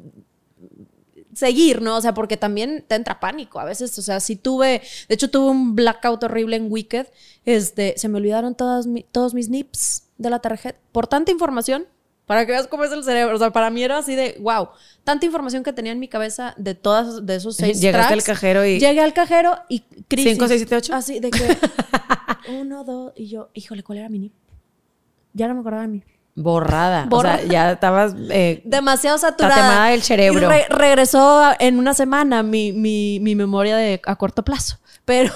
seguir, ¿no? O sea, porque también te entra pánico a veces. O sea, de hecho tuve un blackout horrible en Wicked. Se me olvidaron todos mis nips de la tarjeta. Por tanta información, para que veas cómo es el cerebro. O sea, para mí era así de, wow, tanta información que tenía en mi cabeza de esos 6 Llegaste al cajero y... Llegué al cajero y crisis. 5, 6, 7, 8. Así de que 1, 2 y yo, híjole, ¿cuál era mi nip? Ya no me acordaba de mí. Borrada. O sea, ya estabas... demasiado saturada. Tatemada del cerebro. Y regresó en una semana mi memoria a corto plazo. Pero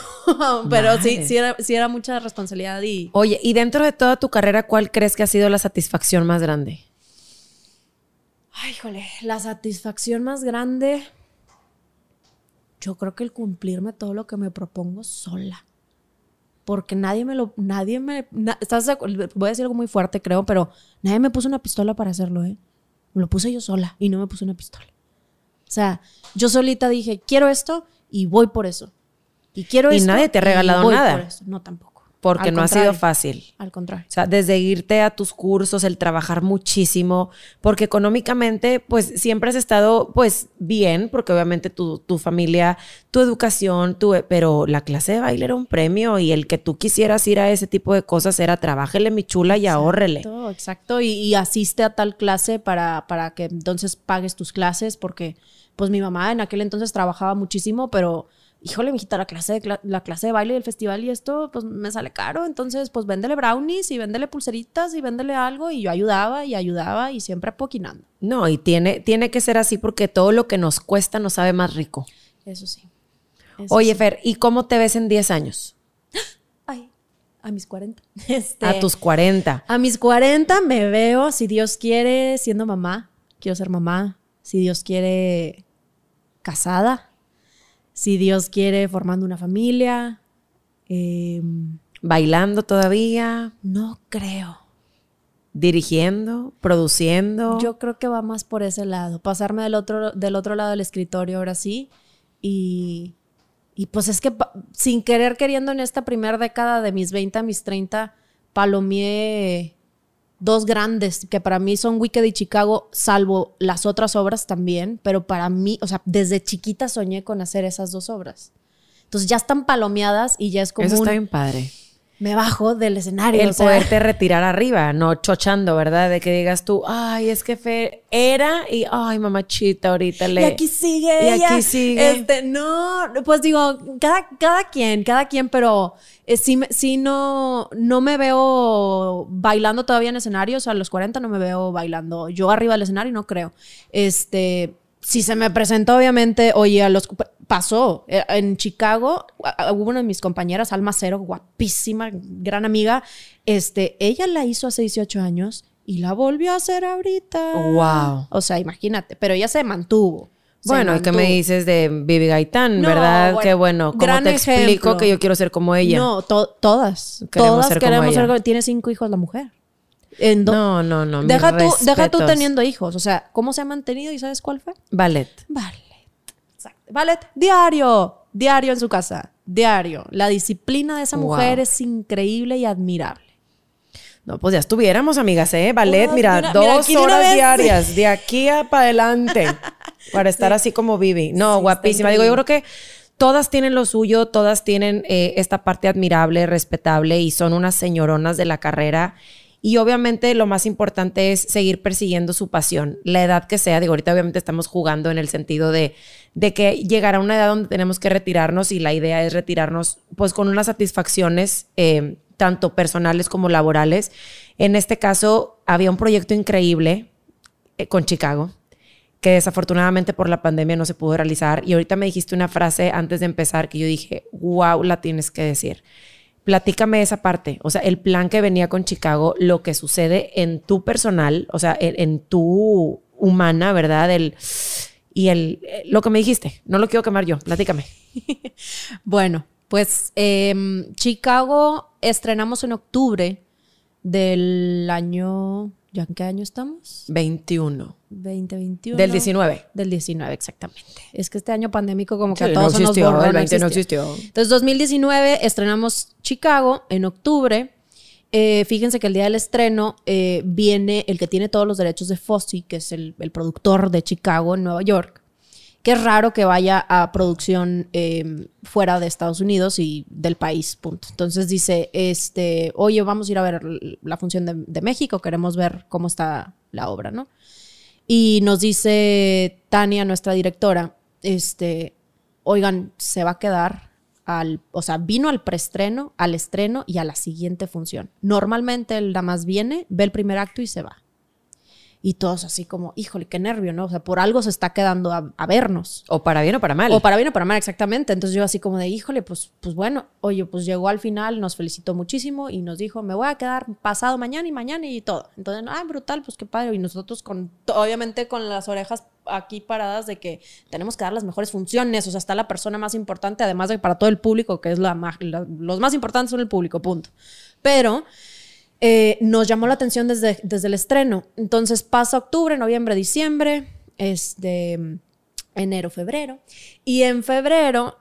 sí era mucha responsabilidad. Oye, y dentro de toda tu carrera, ¿cuál crees que ha sido la satisfacción más grande? Ay, híjole, la satisfacción más grande... Yo creo que el cumplirme todo lo que me propongo sola. Porque nadie me... voy a decir algo muy fuerte, creo, pero nadie me puso una pistola para hacerlo, ¿eh? Me lo puse yo sola y no me puse una pistola. O sea, yo solita dije, quiero esto y voy por eso. Y quiero esto. Y nadie te ha regalado nada. Por eso. No, tampoco. Porque no ha sido fácil. Al contrario. O sea, desde irte a tus cursos, el trabajar muchísimo, porque económicamente, pues, siempre has estado, pues, bien, porque obviamente tu familia, tu educación, pero la clase de baile era un premio y el que tú quisieras ir a ese tipo de cosas era trabájele, mi chula, y ahórrele. Exacto. Y asiste a tal clase para que entonces pagues tus clases, porque, pues, mi mamá en aquel entonces trabajaba muchísimo, pero... Híjole, mijita, la clase de baile del festival y esto, pues me sale caro. Entonces, pues véndele brownies y véndele pulseritas y véndele algo. Y yo ayudaba y siempre apoquinando. No, y tiene que ser así porque todo lo que nos cuesta nos sabe más rico. Eso sí. Oye, Fer, ¿y cómo te ves en 10 años? Ay, a mis 40. A tus 40. A mis 40 me veo, si Dios quiere, siendo mamá. Quiero ser mamá. Si Dios quiere, casada. Si Dios quiere, formando una familia. ¿Bailando todavía? No creo. ¿Dirigiendo? ¿Produciendo? Yo creo que va más por ese lado. Pasarme del otro lado del escritorio ahora sí. Y pues es que sin querer queriendo en esta primera década de mis 20 a mis 30, palomeé 2 grandes que para mí son Wicked y Chicago, salvo las otras obras también, pero para mí, o sea, desde chiquita soñé con hacer esas 2 obras. Entonces ya están palomeadas y ya es como eso está bien padre. Me bajo del escenario. El poderte retirar arriba, no chochando, ¿verdad? De que digas tú, ay, es que Fer era y, ay, mamachita, ahorita le... Y aquí sigue y ella. Aquí sigue. No, pues digo, cada quien, pero sí no me veo bailando todavía en escenarios. A los 40 no me veo bailando yo arriba del escenario, no creo. Si se me presentó, obviamente, oye, pasó en Chicago, hubo una de mis compañeras, Alma Cero, guapísima, gran amiga, ella la hizo hace 18 años y la volvió a hacer ahorita. Wow. O sea, imagínate, pero ella se mantuvo. Bueno, ¿y qué me dices de Vivi Gaitán, verdad? Bueno, qué bueno. ¿Cómo te explico que yo quiero ser como ella? No, todas queremos ser. Tiene 5 hijos la mujer. No. Deja tú teniendo hijos. O sea, ¿cómo se ha mantenido? ¿Y sabes cuál fue? Ballet. Exacto. Ballet diario en su casa. Diario. La disciplina de esa mujer es increíble y admirable. No, pues ya estuviéramos, amigas, ¿eh? Ballet, mira, 2 horas diarias, de aquí para adelante, para estar así como Vivi. No, guapísima. Digo, yo creo que todas tienen lo suyo, todas tienen esta parte admirable, respetable y son unas señoronas de la carrera. Y obviamente lo más importante es seguir persiguiendo su pasión, la edad que sea. Digo, ahorita obviamente estamos jugando en el sentido de que llegará una edad donde tenemos que retirarnos y la idea es retirarnos pues con unas satisfacciones tanto personales como laborales. En este caso había un proyecto increíble con Chicago que desafortunadamente por la pandemia no se pudo realizar. Y ahorita me dijiste una frase antes de empezar que yo dije, wow, la tienes que decir. Platícame esa parte, o sea, el plan que venía con Chicago, lo que sucede en tu personal, o sea, en tu humana, ¿verdad? Lo que me dijiste, no lo quiero quemar yo, platícame. Bueno, pues Chicago estrenamos en octubre del año... ¿Ya en qué año estamos? 21. 2021. Del 19. Del 19, exactamente. Es que este año pandémico como que sí, a todos no existió, se nos borró. El 20 no existió. Entonces, 2019 estrenamos Chicago en octubre. Fíjense que el día del estreno viene el que tiene todos los derechos de Fosse, que es el productor de Chicago en Nueva York. Que es raro que vaya a producción fuera de Estados Unidos y del país, punto. Entonces dice, oye, vamos a ir a ver la función de México, queremos ver cómo está la obra, ¿no? Y nos dice Tania, nuestra directora, oigan, se va a quedar o sea, vino al preestreno, al estreno y a la siguiente función. Normalmente él nada más viene, ve el primer acto y se va. Y todos así como, híjole, qué nervio, ¿no? O sea, por algo se está quedando a vernos. O para bien o para mal. O para bien o para mal, exactamente. Entonces yo así como de, híjole, pues bueno, oye, pues llegó al final, nos felicitó muchísimo y nos dijo, me voy a quedar pasado mañana y todo. Entonces, brutal, pues qué padre. Y nosotros obviamente con las orejas aquí paradas de que tenemos que dar las mejores funciones. O sea, está la persona más importante, además de para todo el público, que es los más importantes son el público, punto. Pero... nos llamó la atención desde el estreno. Entonces pasa octubre, noviembre, diciembre, enero, febrero. Y en febrero,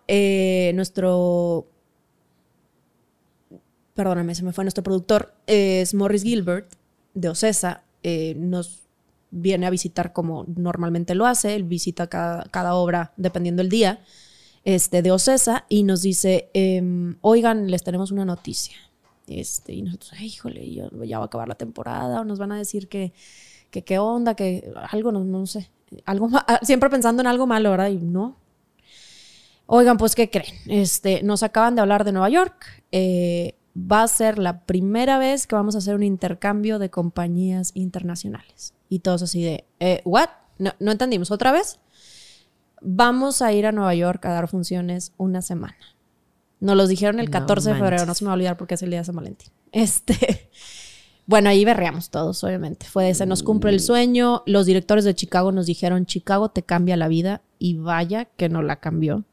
perdóname, se me fue nuestro productor, es Morris Gilbert, de Ocesa, nos viene a visitar como normalmente lo hace. Él visita cada obra dependiendo del día, de Ocesa, y nos dice, oigan, les tenemos una noticia. Y nosotros, híjole, ya va a acabar la temporada, o nos van a decir que qué onda, que algo, no sé, algo siempre pensando en algo malo, ¿verdad? Y no. Oigan, pues, ¿qué creen? Nos acaban de hablar de Nueva York. Va a ser la primera vez que vamos a hacer un intercambio de compañías internacionales. Y todos así de, ¿what? No entendimos, ¿otra vez? Vamos a ir a Nueva York a dar funciones una semana. Nos los dijeron el 14 de febrero, no se me va a olvidar porque es el día de San Valentín. Bueno, ahí berreamos todos, obviamente. Se nos cumple el sueño. Los directores de Chicago nos dijeron, Chicago te cambia la vida, y vaya que no la cambió.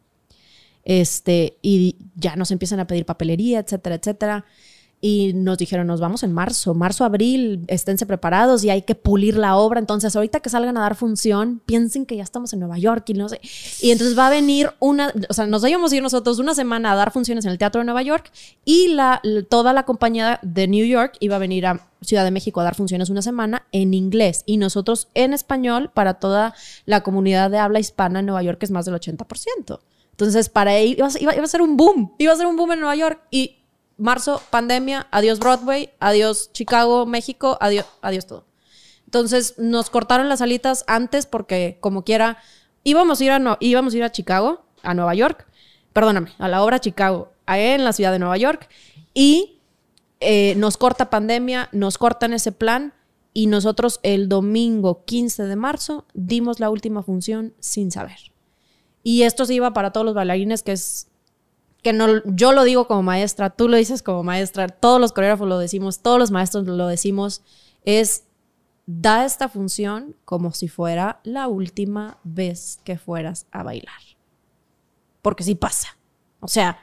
Y ya nos empiezan a pedir papelería, etcétera, etcétera. Y nos dijeron, nos vamos en marzo, abril, esténse preparados y hay que pulir la obra. Entonces, ahorita que salgan a dar función, piensen que ya estamos en Nueva York y no sé. Y entonces va a venir nos íbamos a ir nosotros una semana a dar funciones en el Teatro de Nueva York y toda la compañía de New York iba a venir a Ciudad de México a dar funciones una semana en inglés y nosotros en español para toda la comunidad de habla hispana en Nueva York, que es más del 80%. Entonces, para ahí iba a ser un boom. Iba a ser un boom en Nueva York y marzo, pandemia, adiós Broadway, adiós Chicago, México, adiós todo. Entonces nos cortaron las alitas antes porque como quiera íbamos a ir a Chicago, a Nueva York, perdóname, a la obra Chicago, en la ciudad de Nueva York, y nos corta pandemia, nos cortan ese plan y nosotros el domingo 15 de marzo dimos la última función sin saber. Y esto se iba para todos los bailarines, que no, yo lo digo como maestra, tú lo dices como maestra, todos los coreógrafos lo decimos, todos los maestros lo decimos, da esta función como si fuera la última vez que fueras a bailar. Porque sí pasa. O sea,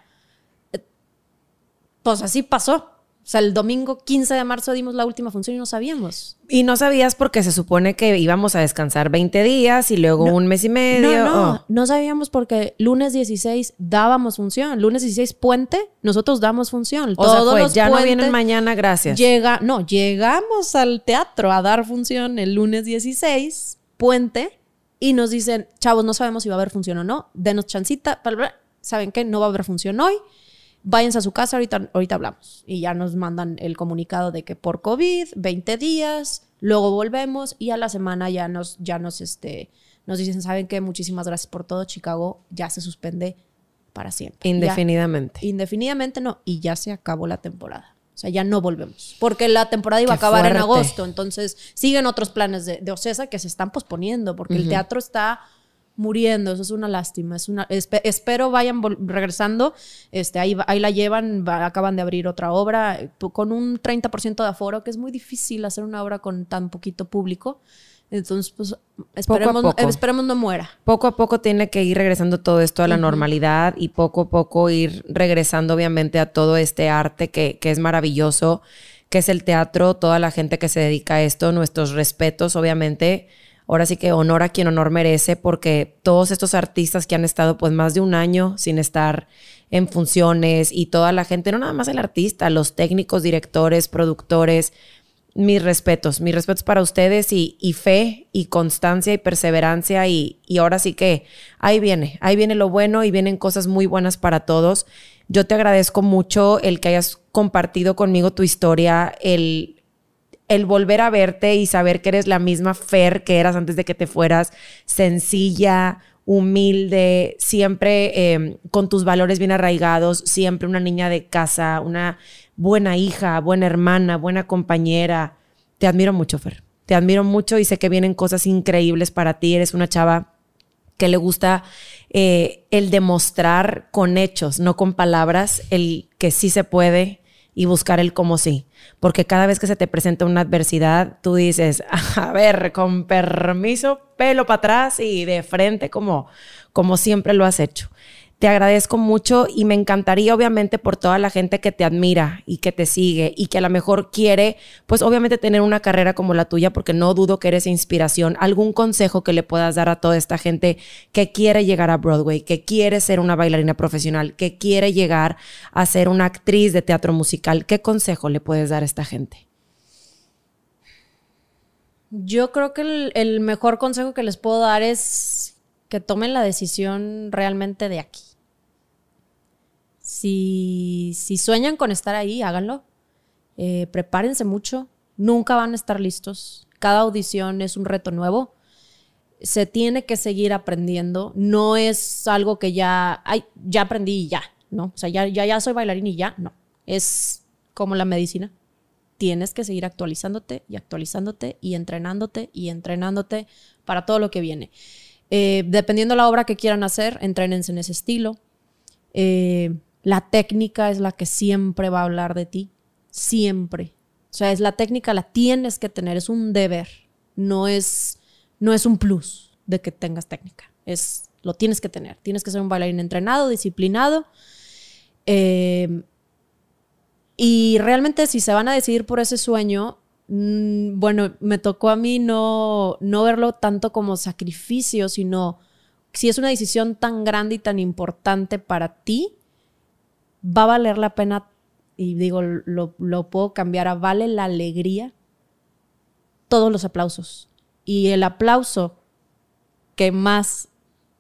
pues así pasó. O sea, el domingo 15 de marzo dimos la última función y no sabíamos. Y no sabías porque se supone que íbamos a descansar 20 días y luego un mes y medio. No sabíamos porque lunes 16 dábamos función. Lunes 16 puente, nosotros damos función. O sea, pues ya no vienen mañana, gracias. Llegamos al teatro a dar función el lunes 16, puente, y nos dicen, chavos, no sabemos si va a haber función o no, denos chancita, ¿saben qué? No va a haber función hoy. Váyanse a su casa, ahorita hablamos. Y ya nos mandan el comunicado de que por COVID, 20 días, luego volvemos y a la semana nos dicen, ¿saben qué? Muchísimas gracias por todo. Chicago ya se suspende para siempre. Indefinidamente. Indefinidamente no. Y ya se acabó la temporada. O sea, ya no volvemos. Porque la temporada iba a acabar fuerte. en agosto. Entonces, siguen otros planes de Ocesa que se están posponiendo porque el teatro está muriendo. Eso es una lástima. Espero vayan regresando. Ahí la llevan. Acaban de abrir otra obra con un 30% de aforo, que es muy difícil hacer una obra con tan poquito público. Entonces, pues, esperemos no muera. Poco a poco tiene que ir regresando todo esto a la normalidad y poco a poco ir regresando, obviamente, a todo este arte que es maravilloso, que es el teatro, toda la gente que se dedica a esto, nuestros respetos, obviamente. Ahora sí que honor a quien honor merece, porque todos estos artistas que han estado pues más de un año sin estar en funciones y toda la gente, no nada más el artista, los técnicos, directores, productores, mis respetos para ustedes y fe y constancia y perseverancia y ahora sí que ahí viene lo bueno y vienen cosas muy buenas para todos. Yo te agradezco mucho el que hayas compartido conmigo tu historia, el volver a verte y saber que eres la misma Fer que eras antes de que te fueras, sencilla, humilde, siempre con tus valores bien arraigados, siempre una niña de casa, una buena hija, buena hermana, buena compañera. Te admiro mucho, Fer. Te admiro mucho y sé que vienen cosas increíbles para ti. Eres una chava que le gusta el demostrar con hechos, no con palabras, el que sí se puede y buscar el cómo sí. Porque cada vez que se te presenta una adversidad, tú dices, a ver, con permiso, pelo para atrás y de frente como siempre lo has hecho. Te agradezco mucho y me encantaría, obviamente, por toda la gente que te admira y que te sigue y que a lo mejor quiere, pues obviamente tener una carrera como la tuya, porque no dudo que eres inspiración. ¿Algún consejo que le puedas dar a toda esta gente que quiere llegar a Broadway, que quiere ser una bailarina profesional, que quiere llegar a ser una actriz de teatro musical? ¿Qué consejo le puedes dar a esta gente? Yo creo que el mejor consejo que les puedo dar es que tomen la decisión realmente de aquí. Si sueñan con estar ahí, háganlo. Prepárense mucho. Nunca van a estar listos. Cada audición es un reto nuevo. Se tiene que seguir aprendiendo. No es algo que ya aprendí y ya, ¿no? O sea, ya soy bailarín y ya, no. Es como la medicina. Tienes que seguir actualizándote y entrenándote para todo lo que viene. Dependiendo de la obra que quieran hacer, entrénense en ese estilo. La técnica es la que siempre va a hablar de ti. Siempre. O sea, la técnica la tienes que tener. Es un deber. No es un plus de que tengas técnica. Lo tienes que tener. Tienes que ser un bailarín entrenado, disciplinado. Y realmente si se van a decidir por ese sueño, bueno, me tocó a mí no verlo tanto como sacrificio, sino si es una decisión tan grande y tan importante para ti, va a valer la pena, y digo, lo puedo cambiar a vale la alegría, todos los aplausos. Y el aplauso que más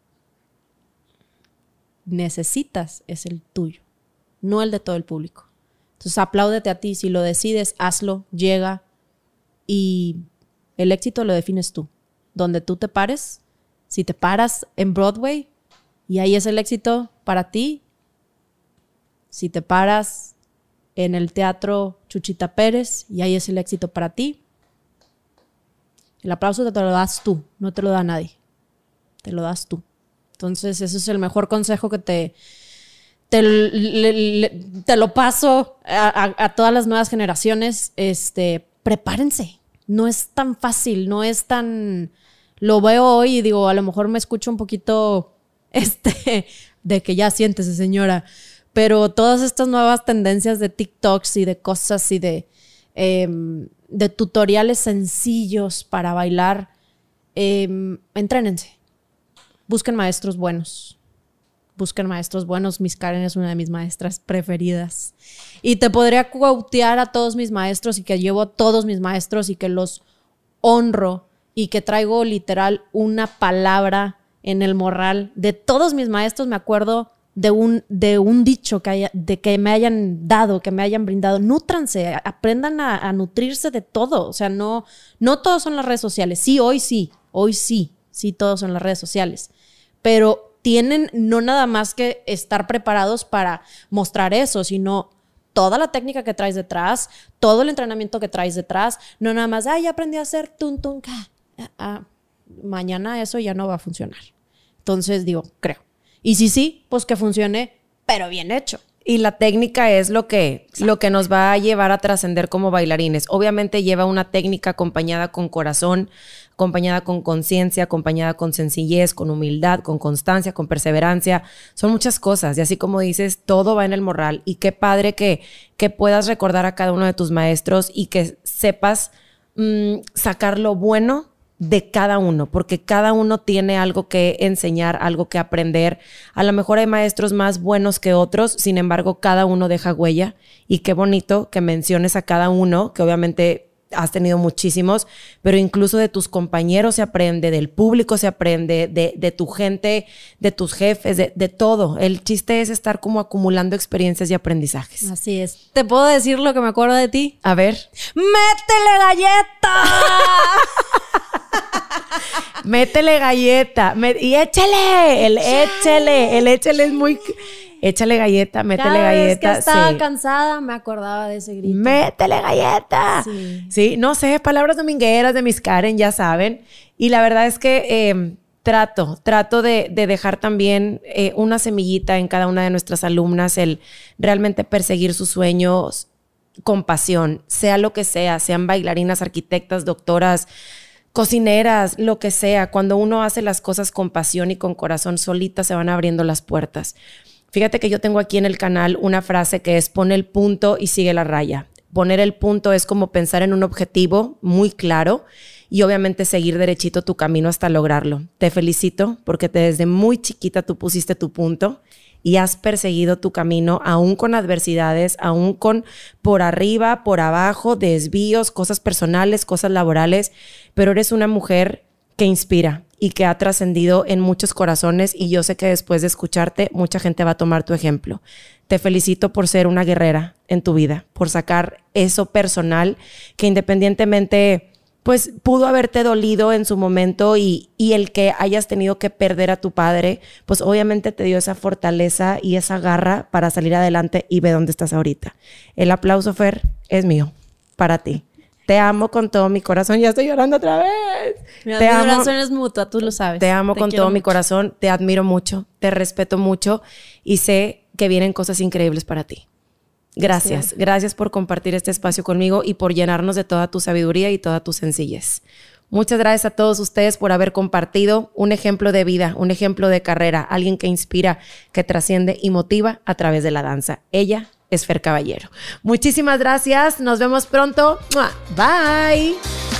necesitas es el tuyo, no el de todo el público. Entonces apláudete a ti, si lo decides, hazlo, llega, y el éxito lo defines tú. Donde tú te pares, si te paras en Broadway y ahí es el éxito para ti, si te paras en el Teatro Chuchita Pérez y ahí es el éxito para ti, el aplauso te lo das tú, no te lo da nadie, te lo das tú. Entonces ese es el mejor consejo que te lo paso a todas las nuevas generaciones. Prepárense, no es tan fácil, no es tan... Lo veo hoy y digo, a lo mejor me escucho un poquito de que ya siéntese, señora. Pero todas estas nuevas tendencias de TikToks y de cosas y de tutoriales sencillos para bailar, entrénense. Busquen maestros buenos. Miss Karen es una de mis maestras preferidas. Y te podría quotear a todos mis maestros y que llevo a todos mis maestros y que los honro y que traigo literal una palabra en el morral. De todos mis maestros me acuerdo de un dicho que me hayan dado, que me hayan brindado. Nútranse, aprendan a nutrirse de todo. O sea, no todos son las redes sociales. Sí, hoy sí, todos son las redes sociales. Pero tienen no nada más que estar preparados para mostrar eso, sino toda la técnica que traes detrás, todo el entrenamiento que traes detrás. No nada más, ya aprendí a hacer mañana eso ya no va a funcionar. Entonces digo, creo. Y sí, pues que funcione, pero bien hecho. Y la técnica es lo que nos va a llevar a trascender como bailarines. Obviamente lleva una técnica acompañada con corazón, acompañada con conciencia, acompañada con sencillez, con humildad, con constancia, con perseverancia. Son muchas cosas. Y así como dices, todo va en el morral. Y qué padre que puedas recordar a cada uno de tus maestros y que sepas sacar lo bueno de cada uno, porque cada uno tiene algo que enseñar, algo que aprender. A lo mejor hay maestros más buenos que otros, sin embargo, cada uno deja huella. Y qué bonito que menciones a cada uno, que obviamente has tenido muchísimos, pero incluso de tus compañeros se aprende, del público se aprende, de tu gente, de tus jefes, de todo. El chiste es estar como acumulando experiencias y aprendizajes. Así es. ¿Te puedo decir lo que me acuerdo de ti? A ver. ¡Métele galleta! Métele galleta. Y échale. El échale es muy... Échale galleta, métele galleta. Cada vez que estaba sí. cansada me acordaba de ese grito. ¡Métele galleta! Sí, no sé, palabras domingueras de Miss Karen, ya saben. Y la verdad es que trato de dejar también una semillita en cada una de nuestras alumnas, el realmente perseguir sus sueños con pasión, sea lo que sea, sean bailarinas, arquitectas, doctoras, cocineras, lo que sea. Cuando uno hace las cosas con pasión y con corazón, solitas se van abriendo las puertas. Fíjate que yo tengo aquí en el canal una frase que es: pon el punto y sigue la raya. Poner el punto es como pensar en un objetivo muy claro y obviamente seguir derechito tu camino hasta lograrlo. Te felicito porque desde muy chiquita tú pusiste tu punto y has perseguido tu camino aún con adversidades, aún con por arriba, por abajo, desvíos, cosas personales, cosas laborales, pero eres una mujer que inspira y que ha trascendido en muchos corazones, y yo sé que después de escucharte mucha gente va a tomar tu ejemplo. Te felicito por ser una guerrera en tu vida, por sacar eso personal que independientemente pues pudo haberte dolido en su momento, y el que hayas tenido que perder a tu padre, pues obviamente te dio esa fortaleza y esa garra para salir adelante, y ve dónde estás ahorita. El aplauso, Fer, es mío, para ti. Te amo con todo mi corazón. Ya estoy llorando otra vez. Mi admiración es mutua, tú lo sabes. Te amo con todo mi corazón. Te admiro mucho. Te respeto mucho. Y sé que vienen cosas increíbles para ti. Gracias. Sí. Gracias por compartir este espacio conmigo y por llenarnos de toda tu sabiduría y toda tu sencillez. Muchas gracias a todos ustedes por haber compartido un ejemplo de vida, un ejemplo de carrera, alguien que inspira, que trasciende y motiva a través de la danza. Ella es Fer Caballero. Muchísimas gracias. Nos vemos pronto. Bye.